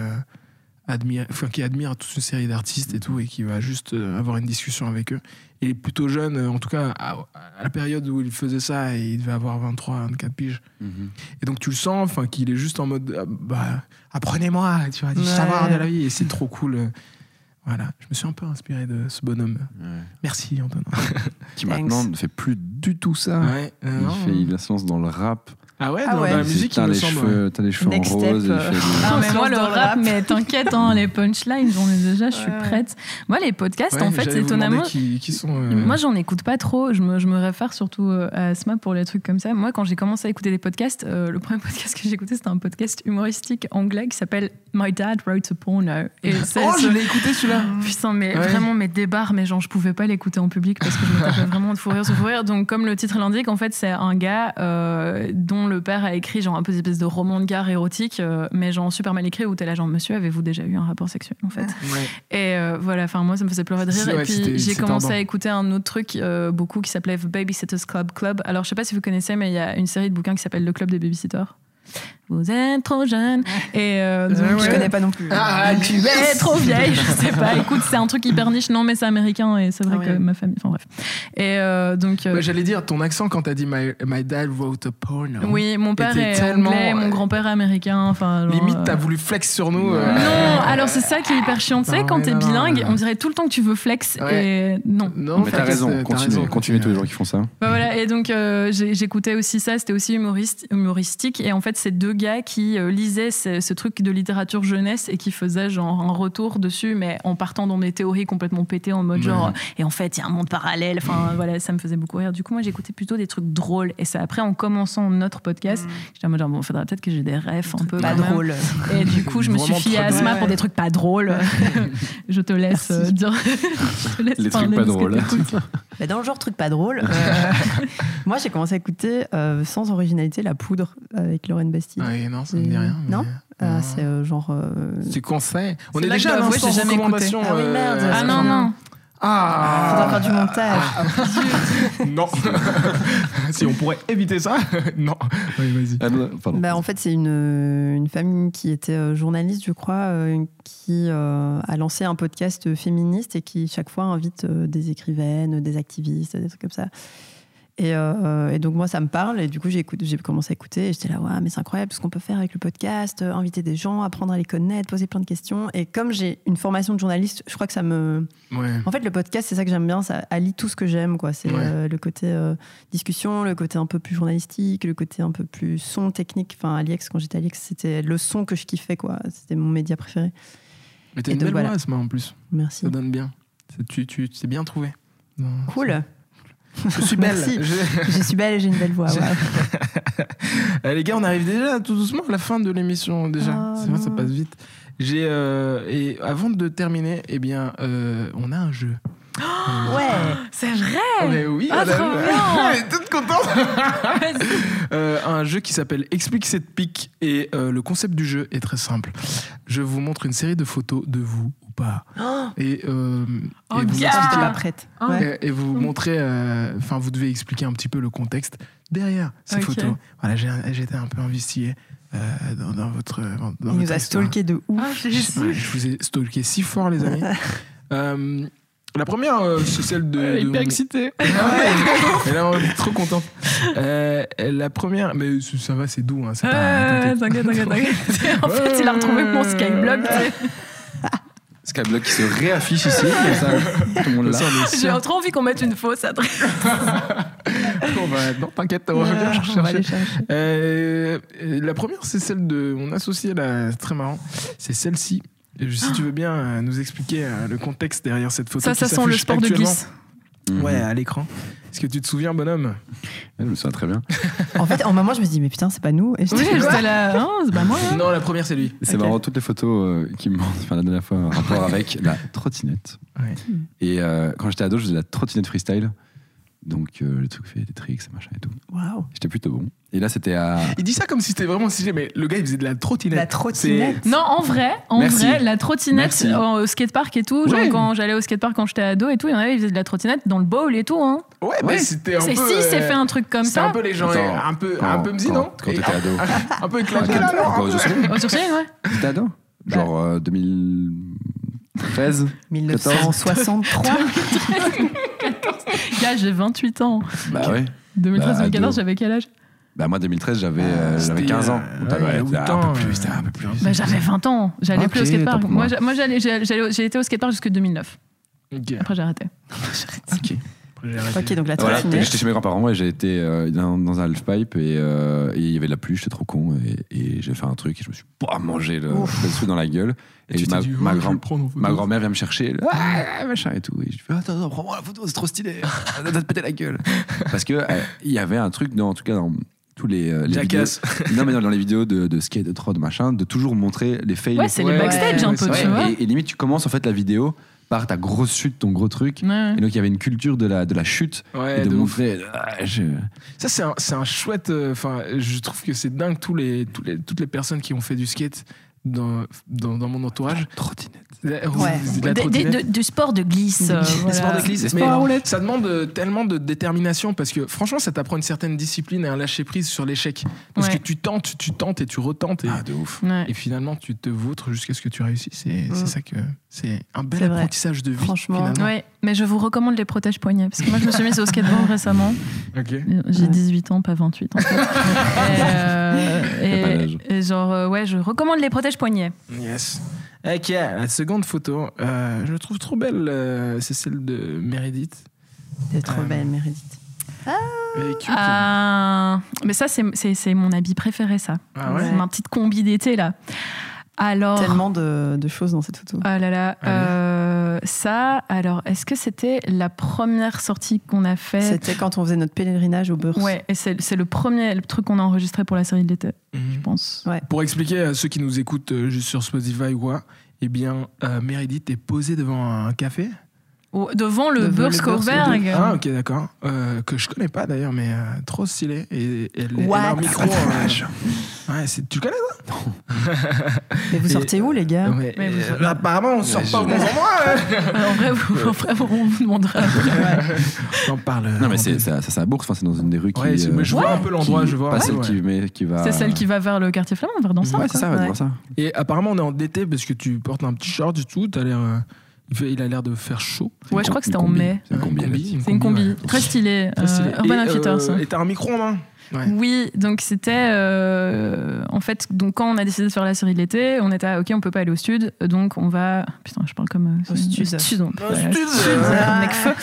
qui admire toute une série d'artistes et tout, et qui va juste avoir une discussion avec eux. Il est plutôt jeune, en tout cas à la période où il faisait ça, et il devait avoir 23, 24 piges. Et donc tu le sens, qu'il est juste en mode apprenez-moi, tu vois, du savoir de la vie, et c'est trop cool. Voilà, je me suis un peu inspiré de ce bonhomme. Ouais. Merci Antonin. Qui maintenant ne fait plus du tout ça. Ouais, il se lance dans le rap. Ah ouais, dans la musique, il me semble. T'as les cheveux en rose. Non, mais moi, le rap, mais t'inquiète, les punchlines, j'en ai déjà, je suis prête. Moi, les podcasts, en fait, étonnamment. Qui sont, Moi, j'en écoute pas trop. Je me réfère surtout à Asma pour les trucs comme ça. Moi, quand j'ai commencé à écouter des podcasts, le premier podcast que j'ai écouté, c'était un podcast humoristique anglais qui s'appelle My Dad Wrote a Porno. Et je l'ai écouté celui-là. Putain, mais vraiment, mes débarres, mais genre, je pouvais pas l'écouter en public parce que je me tapais vraiment de fou rire. Donc, comme le titre l'indique, en fait, c'est un gars dont le père a écrit genre un peu des espèces de romans de gare érotique, mais genre super mal écrit, où t'es là genre monsieur, avez-vous déjà eu un rapport sexuel en fait? Et voilà, moi ça me faisait pleurer de rire. Et puis j'ai commencé à écouter un autre truc beaucoup qui s'appelait The Babysitter's Club. Alors je sais pas si vous connaissez, mais il y a une série de bouquins qui s'appelle Le Club des Babysitters. Vous êtes trop jeune. Et donc, je connais pas non plus. Tu es trop vieille, je sais pas. Écoute, c'est un truc hyper niche, non, mais c'est américain et c'est vrai que ma famille. Enfin bref. Et donc. J'allais dire, ton accent quand t'as dit my dad wrote a porno. Oui, mon père est anglais, mon grand-père est américain. Enfin, genre, limite, t'as voulu flex sur nous. Non, alors c'est ça qui est hyper chiant. Tu sais, quand t'es bilingue, on dirait tout le temps que tu veux flex. Et non. Mais t'as raison, continue tous les gens qui font ça. Bah voilà, et donc j'écoutais aussi ça, c'était aussi humoristique. Et en fait, c'est deux gars qui lisaient ce truc de littérature jeunesse et qui faisaient genre un retour dessus, mais en partant dans des théories complètement pétées en mode genre, et en fait il y a un monde parallèle, enfin voilà, ça me faisait beaucoup rire. Du coup moi j'écoutais plutôt des trucs drôles, et c'est après en commençant notre podcast, j'étais en mode genre bon, faudrait peut-être que j'ai des refs un peu pas drôles. Et du coup je me suis fiée à Asma pour des trucs pas drôles. Je te laisse dire les trucs pas drôles. Mais dans le genre truc pas drôle, moi j'ai commencé à écouter sans originalité La Poudre avec Lorraine Bastide. Ah, non, ça me dit rien. Non, c'est genre. C'est conseil. On est là déjà à j'ai jamais écouté. Ah oui, merde. Ah non. Faudra faire du montage. Non. Si on pourrait éviter ça. Non. Oui, vas-y. En fait, c'est une famille qui était journaliste, je crois, qui a lancé un podcast féministe et qui chaque fois invite des écrivaines, des activistes, des trucs comme ça. Et donc moi ça me parle, et du coup j'ai commencé à écouter, et j'étais là mais c'est incroyable tout ce qu'on peut faire avec le podcast, inviter des gens, apprendre à les connaître, poser plein de questions. Et comme j'ai une formation de journaliste, je crois que ça me en fait le podcast, c'est ça que j'aime bien, ça allie tout ce que j'aime, quoi. C'est le côté discussion, le côté un peu plus journalistique, le côté un peu plus son technique. Enfin à l'IEX, quand j'étais à l'IEX, c'était le son que je kiffais, quoi. C'était mon média préféré. Mais t'as une belle voix, Asma, en plus. Merci, ça donne bien, tu t'es bien trouvé. Cool. Je suis belle. Je suis belle et j'ai une belle voix. Les gars, on arrive déjà tout doucement à la fin de l'émission déjà. C'est vrai, ça passe vite. Et avant de terminer, on a un jeu. Ouais, c'est vrai. Mais oui, trop bien. Elle est toute contente. Un jeu qui s'appelle Explique cette pique, et le concept du jeu est très simple. Je vous montre une série de photos de vous ou pas, et vous expliquez pas prête. Et vous montrez, vous devez expliquer un petit peu le contexte derrière ces photos. Voilà, j'étais un peu investigué dans votre. Il nous a stalké de ouf. Je vous ai stalké si fort, les amis. La première, c'est celle de. Hyper excitée. Elle est trop contente. La première, mais ça va, c'est doux. Hein, t'inquiète. En fait, il a retrouvé mon Skyblog. Skyblog qui se réaffiche ici. Tout le monde là. J'ai trop envie qu'on mette une fausse adresse. Non, t'inquiète, on va bien chercher. La première, c'est celle de mon associé là, c'est très marrant. C'est celle-ci. Si tu veux bien nous expliquer le contexte derrière cette photo. Ça sent le sport de glisse. Ouais, à l'écran. Est-ce que tu te souviens, bonhomme? Je me souviens très bien. En fait, en moment, je me suis dit, mais putain, c'est pas nous. Et j'étais là, non, c'est pas moi. Non, la première, c'est lui. C'est marrant, toutes les photos qui me montrent, la dernière fois, un rapport avec la trottinette. Ouais. Et quand j'étais ado, je faisais la trottinette freestyle. Donc le truc fait des tricks, machin et tout. Waouh. J'étais plutôt bon. Et là c'était à... Il dit ça comme si c'était vraiment stylé, mais le gars il faisait de la trottinette. La trottinette. Non, en vrai, la trottinette au skatepark et tout, genre quand j'allais au skatepark quand j'étais ado et tout, il y en avait, ils faisaient de la trottinette dans le bowl et tout. Hein. Ouais, mais c'était un peu... Si, c'est fait un truc comme ça. C'est un peu les gens, un peu mzi, non? Quand t'étais ado. Un peu éclaté là, non? Au Surseine, ouais. T'étais ado? Genre 2013 1963. Gars, j'ai 28 ans. Bah ouais. 2013-2014, j'avais quel âge? Bah moi 2013 j'avais 15 ans. C'était un peu plus. Bah, j'avais 20 ans. J'allais plus au skatepark. Moi j'ai été au skatepark jusque 2009. Okay. Après j'ai arrêté. Ok, donc la trottinette. Voilà, j'étais chez mes grands-parents et j'ai été dans un halfpipe et il y avait de la pluie, j'étais trop con et j'ai fait un truc et je me suis mangé le truc dans la gueule et ma grand-mère vient me chercher machin et tout et je fais attends prends-moi la photo, c'est trop stylé, t'as te péter la gueule parce que il y avait un truc en tout cas dans tous les vidéos, non mais dans les vidéos de skate, de trot, machin, de toujours montrer les fails. Ouais, c'est les backstage un peu, tu vois. Et limite tu commences en fait la vidéo par ta grosse chute, ton gros truc. Ouais. Et donc il y avait une culture de la chute et de montrer. Ça c'est un chouette. Je trouve que c'est dingue toutes les personnes qui ont fait du skate dans mon entourage. Trottinette. Du sport de glisse. Des sports de glisse. Mais ça demande tellement de détermination parce que franchement, ça t'apprend une certaine discipline et un lâcher prise sur l'échec. Parce que tu tentes et tu retentes. De ouf. Et finalement, tu te vautres jusqu'à ce que tu réussisses. C'est ça que c'est un bel apprentissage de vie. Franchement. Ouais, mais je vous recommande les protèges poignets parce que moi je me suis mise au skateboard récemment. Okay. J'ai 18 ans, pas 28 en fait. et genre je recommande les protèges poignets. Yes. Ok, la seconde photo, je la trouve trop belle, c'est celle de Meredith. C'est trop belle, Meredith. Mais ça, c'est mon habit préféré, ça. Ah ouais. C'est ma petite combi d'été, là. Alors, tellement de choses dans cette photo. Ah là là. Ça, alors, est-ce que c'était la première sortie qu'on a fait? C'était quand on faisait notre pèlerinage au Bourse. Ouais, et c'est le truc qu'on a enregistré pour la série de l'été, je pense. Ouais. Pour expliquer à ceux qui nous écoutent juste sur Spotify ou quoi, eh bien, Meredith est posée devant un café. Devant le Burskoverg. Ah, ok, d'accord. Que je connais pas d'ailleurs, mais trop stylé. Et elle a un micro. Ouais, tu le connais, ça? Non. Mais vous sortez où, les gars? Apparemment, on sort pas au bon endroit. En vrai, on vous demandera après. On parle. Non, mais c'est à Bourse, c'est dans une des rues qui. Ouais, je vois un peu l'endroit, je vois. Qui va. C'est celle qui va vers le quartier flamand, vers Dansant. Ouais, c'est ça, vers ça. Et apparemment, on est en été parce que tu portes un petit short du tout, t'as l'air. Il a l'air de faire chaud. Ouais, je crois que c'était en mai. C'est une combi. Ouais. Très stylé. Urban Outfitters. Et t'as un micro en main? Ouais. Oui, donc c'était en fait, donc quand on a décidé de faire la série de l'été, on était ok, on peut pas aller au stud, donc on va, putain, je parle comme au stud, mec feu.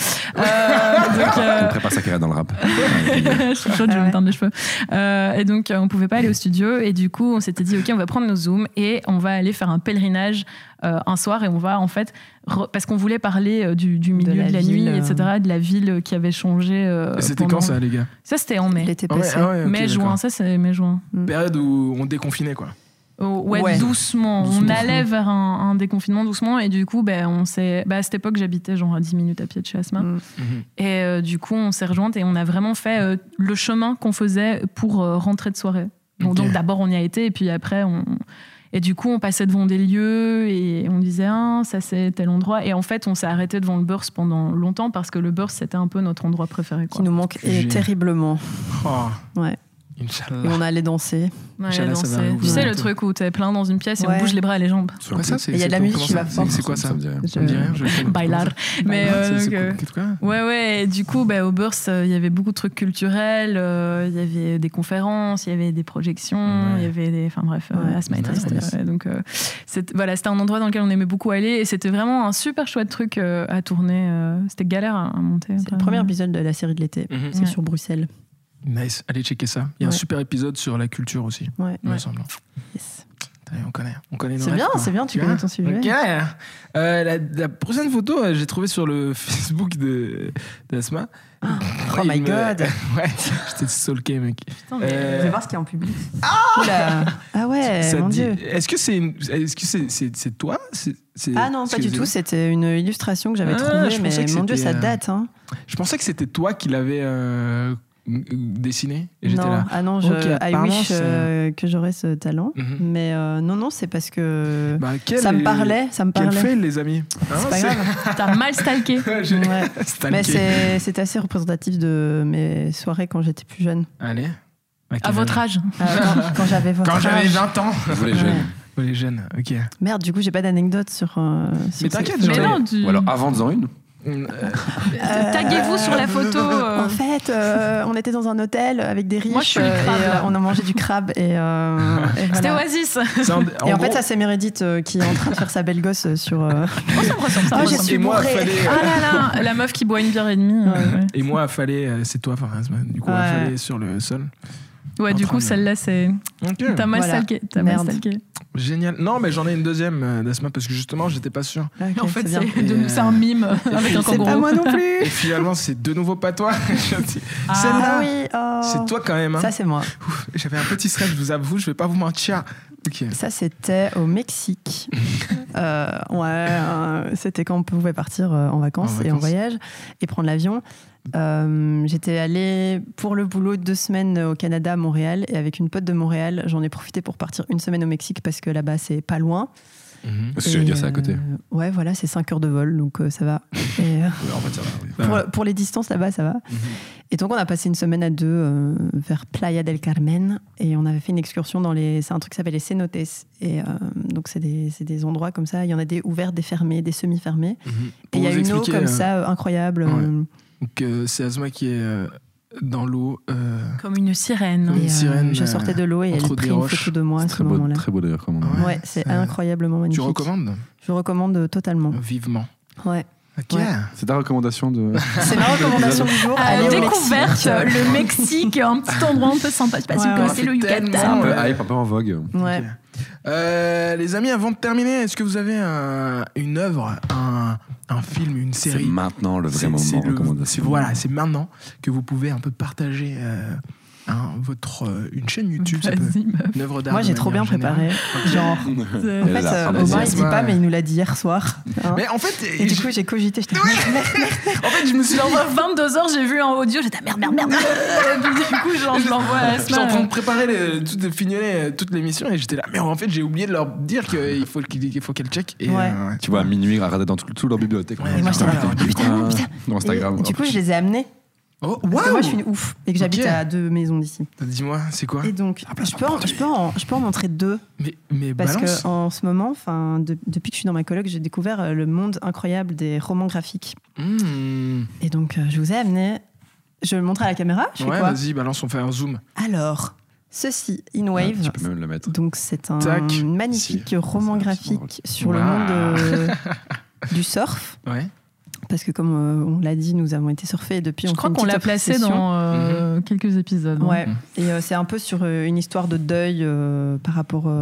On prépare sa carrière dans le rap. Je suis chaude, je vais me teindre les cheveux. Et donc on pouvait pas aller au studio, et du coup on s'était dit ok, on va prendre nos zooms et on va aller faire un pèlerinage un soir, et on va en fait parce qu'on voulait parler du milieu de la nuit, etc., de la ville qui avait changé. C'était quand ça, les gars? Ça c'était en mai. L'été passé. Mai-juin, ça c'est mai-juin. Période où on déconfinait, quoi. Ouais, doucement. On allait vers un déconfinement doucement, et du coup, on s'est. À cette époque, j'habitais genre à 10 minutes à pied de chez Asma. Et du coup, on s'est rejointes et on a vraiment fait le chemin qu'on faisait pour rentrer de soirée. Donc d'abord, on y a été, et puis après, Et du coup, on passait devant des lieux et on disait ça c'est tel endroit. Et en fait, on s'est arrêté devant le Burst pendant longtemps parce que le Burst, c'était un peu notre endroit préféré, quoi. Qui nous manque terriblement. Ouais. Inch'Allah. Et on allait danser. Tu sais, le truc où t'es plein dans une pièce et on bouge les bras et les jambes. Et il y a de la musique qui va fort. C'est quoi ça? Ça me dit rien. Bailar. Mais ouais. Et du coup, au Burst, il y avait beaucoup de trucs culturels. Il y avait des conférences, il y avait des projections, il y avait des. Enfin bref, Asma et Tristan. Donc c'était un endroit dans lequel on aimait beaucoup aller, et c'était vraiment un super chouette truc à tourner. C'était galère à monter. C'est le premier épisode de la série de l'été. C'est sur Bruxelles. Nice, allez checker ça. Il y a un super épisode sur la culture aussi, il me semble. Yes. On connaît nos c'est bien, tu connais ton sujet. Ok. La prochaine photo, j'ai trouvé sur le Facebook d'Asma. Oh my god. Ouais, j'étais stalké, mec. Putain, je vais voir ce qu'il y a en public. Ah ouais, mon Dieu. Est-ce que c'est toi? Ah non, pas du tout. C'était une illustration que j'avais trouvée, mais mon Dieu, ça date. Hein. Je pensais que c'était toi qui l'avais dessiné. Et j'étais là. Ah non, I wish que j'aurais ce talent. Mais non, c'est parce que ça me parlait. Quel fait, les amis? C'est pas grave. T'as mal stalké. Mais c'est assez représentatif de mes soirées quand j'étais plus jeune. Allez. À votre âge. Quand j'avais votre âge. Quand j'avais 20 ans. Vous les jeunes. Les jeunes, ok. Merde, du coup, j'ai pas d'anecdote sur. Mais t'inquiète, Ou alors avant de en une. Taguez-vous sur la photo. En fait, on était dans un hôtel avec des riches. Moi, je suis le crabe, et on a mangé du crabe et C'était voilà. Oasis. Et en fait, ça c'est Meredith qui est en train de faire sa belle gosse sur. Ça me ressemble. Ça me je ressemble. suis Et moi, bourrée. fallait. Ah là là, la meuf qui boit une bière et demie. Et moi, fallait. C'est toi, Asma. Du coup, fallait sur le sol. Ouais, du coup, celle-là, c'est. Okay. T'as mal stalké. Génial. Non, mais j'en ai une deuxième d'Asma parce que justement, j'étais pas sûr. Okay, en fait, c'est c'est un mime avec un kangourou. C'est pas moi non plus. Et finalement, c'est de nouveau pas toi. Celle-là, oui. C'est toi quand même. Hein. Ça, c'est moi. J'avais un petit stress, je vous avoue, je vais pas vous mentir. Okay. Ça, c'était au Mexique. C'était quand on pouvait partir en vacances et en voyage et prendre l'avion. J'étais allée pour le boulot 2 semaines au Canada, à Montréal, et avec une pote de Montréal, j'en ai profité pour partir 1 semaine au Mexique parce que là-bas, c'est pas loin. Parce que je veux dire, c'est à côté. Ouais, voilà, c'est 5 heures de vol, donc ça va. Et, pour les distances là-bas, ça va. Et donc, on a passé 1 semaine à 2 vers Playa del Carmen, et on avait fait une excursion c'est un truc qui s'appelle les cenotes. Et donc, c'est des endroits comme ça. Il y en a des ouverts, des fermés, des semi-fermés. Et il y a une eau comme ça, incroyable. Ouais. Donc, c'est Asma qui est dans l'eau. Comme une sirène. Une sirène. Je sortais de l'eau et elle a pris une photo de moi à ce moment-là. Très beau d'ailleurs, comme endroit. Ouais, c'est incroyablement magnifique. Tu recommandes? Je recommande totalement. Vivement. Ouais. Ok. Ouais. C'est ta recommandation de. C'est ma recommandation du jour. Découverte, le Mexique, un petit endroit un peu sympa. Je sais pas si vous connaissez le Yucatan. Un peu hype, un peu en vogue. Ouais. Okay. Les amis, avant de terminer, est-ce que vous avez une œuvre, un film, une série? C'est maintenant le vrai moment de recommandation. Voilà, c'est maintenant que vous pouvez un peu partager une chaîne YouTube, une œuvre d'art. Moi, j'ai trop bien préparé. Genre, en fait, Omar, il dit pas, mais il nous l'a dit hier soir. Hein. Mais en fait, et du coup, j'ai cogité. En fait, je me suis genre 22h, j'ai vu un audio, j'étais merde. Du coup, je l'envoie à Asma. J'étais en train de préparer de fignoler toute l'émission et j'étais là. Mais en fait, j'ai oublié de leur dire qu'il faut qu'elle check. Et, tu vois, à minuit, regarder dans toute leur bibliothèque. Et moi, j'étais là, putain. Dans Instagram. Du coup, je les ai amenés. Oh, parce que moi, je suis une ouf et que j'habite à 2 maisons d'ici. Dis-moi, c'est quoi? Et donc, je peux en montrer 2. Mais parce balance. qu'en ce moment, depuis que je suis dans ma coloc, j'ai découvert le monde incroyable des romans graphiques. Et donc, je vous ai amené. Je le montre à la caméra. Ouais, vas-y, balance, on fait un zoom. Alors, ceci, In Wave. Tu peux même le mettre. Donc, c'est un magnifique roman graphique sur le monde du surf. Ouais. Parce que comme on l'a dit, nous avons été surfés et depuis je crois qu'on l'a placé dans quelques épisodes. Ouais. Et c'est un peu sur une histoire de deuil par rapport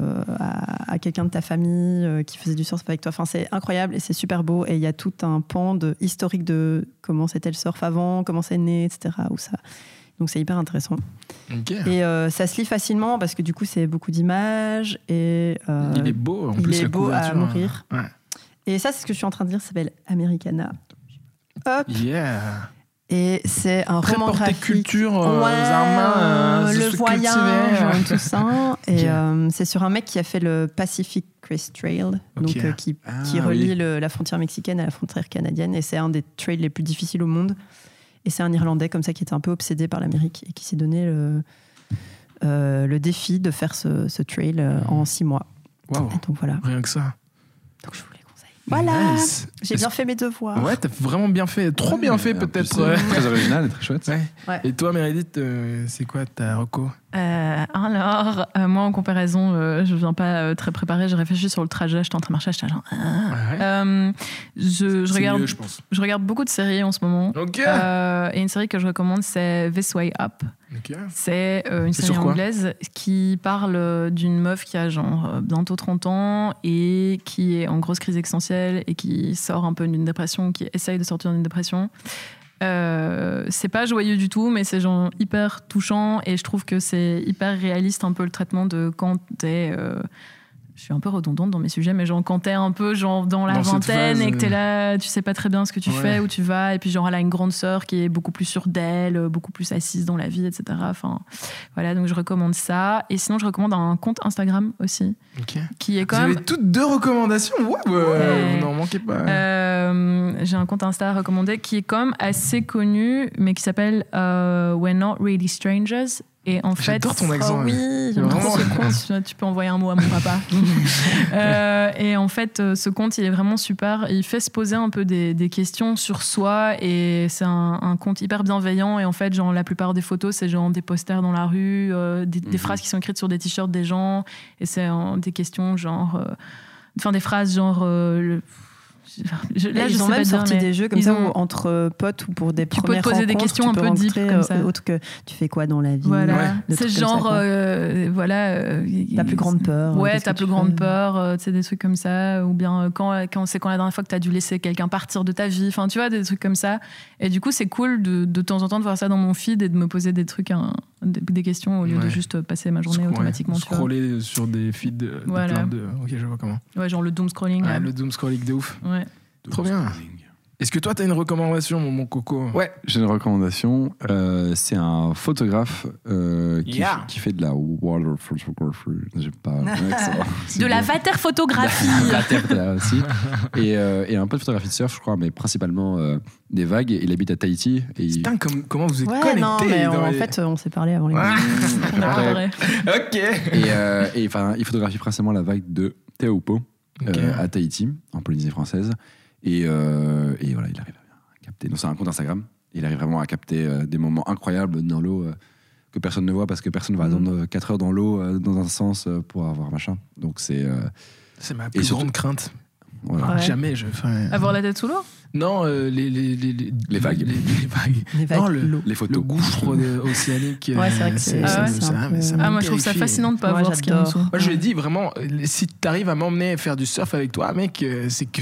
à quelqu'un de ta famille qui faisait du surf avec toi. Enfin, c'est incroyable et c'est super beau. Et il y a tout un pan historique de comment c'était le surf avant, comment c'est né, etc. Où ça... Donc c'est hyper intéressant. Okay. Et ça se lit facilement parce que du coup, c'est beaucoup d'images. Et, il est beau, en plus. Il est beau à mourir. Ouais. Et ça, c'est ce que je suis en train de dire, ça s'appelle Americana. Hop. Yeah. Et c'est un roman graphique. culture, le voyage, tout ça. Et c'est sur un mec qui a fait le Pacific Crest Trail, donc qui relie la frontière mexicaine à la frontière canadienne. Et c'est un des trails les plus difficiles au monde. Et c'est un Irlandais comme ça qui était un peu obsédé par l'Amérique et qui s'est donné le défi de faire ce trail en 6 mois. Wow. Et donc voilà. Rien que ça. Donc je vous les conseille. Voilà. Nice. J'ai bien fait mes devoirs. Ouais, t'as vraiment bien fait. Trop bien fait peut-être. Très original et très chouette. Ouais. Et toi, Meredith, c'est quoi ta reco? Alors, moi, en comparaison, je viens pas très préparée. J'ai réfléchi sur le trajet. J'étais en train de marcher. J'étais genre. Je pense. Je regarde beaucoup de séries en ce moment. Ok. Et une série que je recommande, c'est This Way Up. Okay. C'est une série anglaise qui parle d'une meuf qui a genre bientôt 30 ans et qui est en grosse crise existentielle et qui sort un peu d'une dépression, qui essaye de sortir d'une dépression. C'est pas joyeux du tout, mais c'est genre hyper touchant et je trouve que c'est hyper réaliste un peu le traitement de quand t'es... je suis un peu redondante dans mes sujets, mais genre quand t'es un peu genre dans la vingtaine et que t'es là, tu sais pas très bien ce que tu fais, où tu vas, et puis genre elle a une grande sœur qui est beaucoup plus sûre d'elle, beaucoup plus assise dans la vie, etc. Enfin, voilà, donc je recommande ça. Et sinon, je recommande un compte Instagram aussi, qui est quand même... Vous avez toutes 2 recommandations, vous n'en manquez pas. J'ai un compte Insta recommandé qui est quand même assez connu, mais qui s'appelle We're Not Really Strangers. Et en fait, j'adore ton accent. Oui, j'aime trop ce compte. Tu peux envoyer un mot à mon papa. Et en fait, ce compte, il est vraiment super. Il fait se poser un peu des questions sur soi. Et c'est un compte hyper bienveillant. Et en fait, genre, la plupart des photos, c'est genre des posters dans la rue, des phrases qui sont écrites sur des t-shirts des gens. Et c'est des questions genre... Enfin, des phrases genre... Là, ils ont même sorti des jeux comme ça où, entre potes ou pour des premières rencontres, tu peux te poser des questions un peu deep comme ça. Autre que tu fais quoi dans la vie. Voilà. C'est genre ta plus grande peur. Ouais, ta plus grande peur, des trucs comme ça, ou bien quand la dernière fois que t'as dû laisser quelqu'un partir de ta vie, enfin tu vois, des trucs comme ça. Et du coup, c'est cool de temps en temps de voir ça dans mon feed et de me poser des trucs, des questions au lieu de juste passer ma journée automatiquement. Scroller sur des feeds de plein de... Ok, je vois comment. Ouais, genre le doom scrolling. Ouais, le doom scrolling de ouf. Ouais. Trop bien. Est-ce que toi, tu as une recommandation, mon coco ? Ouais, j'ai une recommandation. C'est un photographe qui fait de la water photography. J'ai pas de la water photographie. aussi. Et un peu de photographie de surf, je crois, mais principalement des vagues. Il habite à Tahiti. Putain, comment vous êtes connectés ? Non, mais en fait, on s'est parlé avant les Ok. Et il photographie principalement la vague de Teahupo'o à Tahiti, en Polynésie française. Et voilà, il arrive à capter. Donc, c'est un compte Instagram. Il arrive vraiment à capter des moments incroyables dans l'eau que personne ne voit parce que personne ne va attendre 4 heures dans l'eau dans un sens pour avoir machin. Donc, c'est ma plus grande crainte. Voilà. Ouais. Jamais je ferais... Avoir la tête sous l'eau ? Non, les vagues. Les vagues. Non, les photos. Le gouffre océanique. Ouais, c'est vrai que c'est moi, je trouve ça fascinant de pas voir ce qu'il y a en dessous. Moi, je lui ai dit vraiment, si t'arrives à m'emmener faire du surf avec toi, mec, c'est que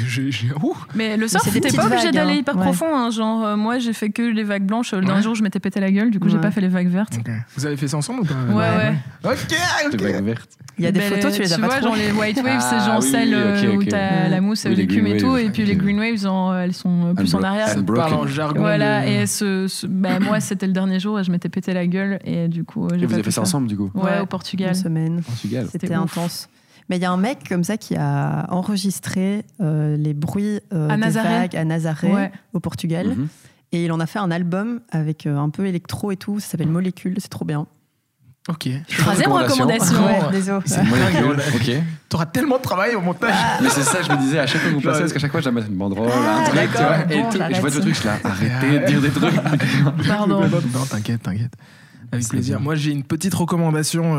Mais le surf, t'es pas obligé d'aller hyper profond. Hein. Genre, moi, j'ai fait que les vagues blanches. Le dernier jour, je m'étais pété la gueule. Du coup, j'ai pas fait les vagues vertes. Okay. Vous avez fait ça ensemble ou pas ? Ouais. Ok. Les vagues vertes. Il y a des photos, tu les as pas trop. Tu vois, genre les white waves, c'est genre celles où t'as la mousse et l'écume et tout. Et puis les green waves, elles sont plus en arrière. Ça parle en jargon. Voilà, et moi, c'était le dernier jour et je m'étais pété la gueule. Et du coup, j'ai vous avez fait ça ensemble, du coup ? Ouais, au Portugal. Une semaine. Portugal. C'était intense. Mais il y a un mec comme ça qui a enregistré les bruits des vagues à Nazaré, au Portugal. Mm-hmm. Et il en a fait un album avec un peu électro et tout. Ça s'appelle Molécule, c'est trop bien. Ok. 3e recommandation. Ouais, désolé. C'est Molécule, ok. T'auras tellement de travail au montage. Mais c'est ça, je me disais à chaque fois que vous passez, parce qu'à chaque fois, je la mets une banderole, un truc, tu vois. Et je vois ce truc, je suis là, arrêtez de dire des trucs. Pardon. Non, t'inquiète. Avec plaisir. Moi, j'ai une petite recommandation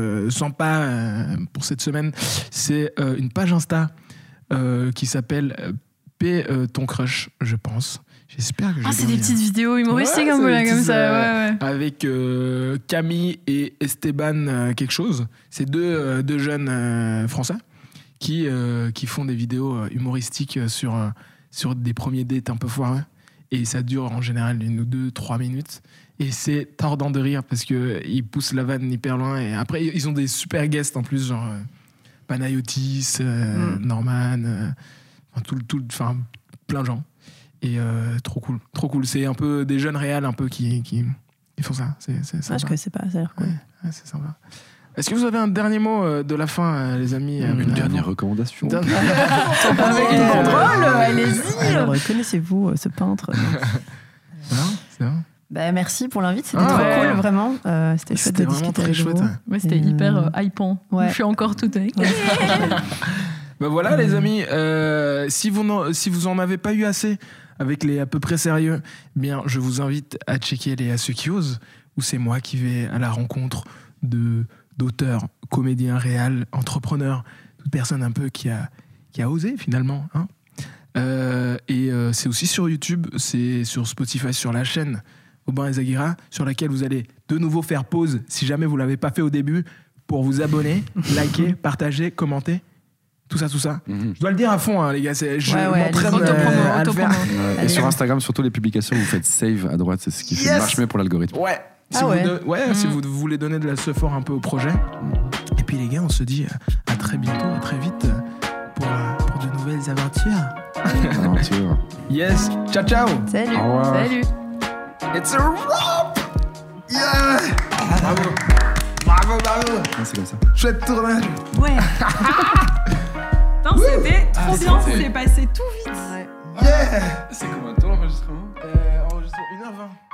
sympa pour cette semaine. C'est une page Insta qui s'appelle P ton crush, je pense. J'espère que c'est des petites vidéos humoristiques un peu là comme ça. Ouais. Avec Camille et Esteban quelque chose. C'est deux jeunes français qui font des vidéos humoristiques sur des premiers dates un peu foireux. Et ça dure en général 1 ou 2, 3 minutes. Et c'est tordant de rire parce qu'ils poussent la vanne hyper loin. Et après, ils ont des super guests en plus, genre Panayotis, Norman, plein de gens. Et trop cool. C'est un peu des jeunes réals un peu qui font ça. C'est sympa. Je connaissais pas, ça a l'air cool. Ouais, c'est sympa. Est-ce que vous avez un dernier mot de la fin, les amis? Une dernière recommandation. Avec une banderole, allez-y. Alors, connaissez-vous ce peintre? C'est vrai. Merci pour l'invite, c'était trop cool, vraiment. C'était chouette de discuter avec vous. Ouais, c'était hyper hypant. Ouais. Je suis encore toute avec. Voilà, les amis, si vous en avez pas eu assez avec les à peu près sérieux, bien, je vous invite à checker les À ceux qui osent, où c'est moi qui vais à la rencontre d'auteurs, comédiens, réals, entrepreneurs, toute personne un peu qui a osé finalement. Et c'est aussi sur YouTube, c'est sur Spotify, sur la chaîne Aubin et Zaghira, sur laquelle vous allez de nouveau faire pause si jamais vous ne l'avez pas fait au début pour vous abonner, liker, partager, commenter. Tout ça. Je dois le dire à fond, hein, les gars. Je m'entraîne à le faire. Et sur Instagram, surtout les publications, vous faites save à droite. C'est ce qui marche mieux pour l'algorithme. Ouais. Si vous voulez donner de la support un peu au projet. Et puis les gars, on se dit à très bientôt, à très vite pour de nouvelles aventures. Yes. Ciao. Salut. Au revoir. Salut. It's a wrap. Yeah. Bravo. C'est comme ça. Chouette tournage. Ouais. C'était trop bien, c'est passé tout vite. Yeah. C'est combien de temps l'enregistrement ? Enregistrement 1h20.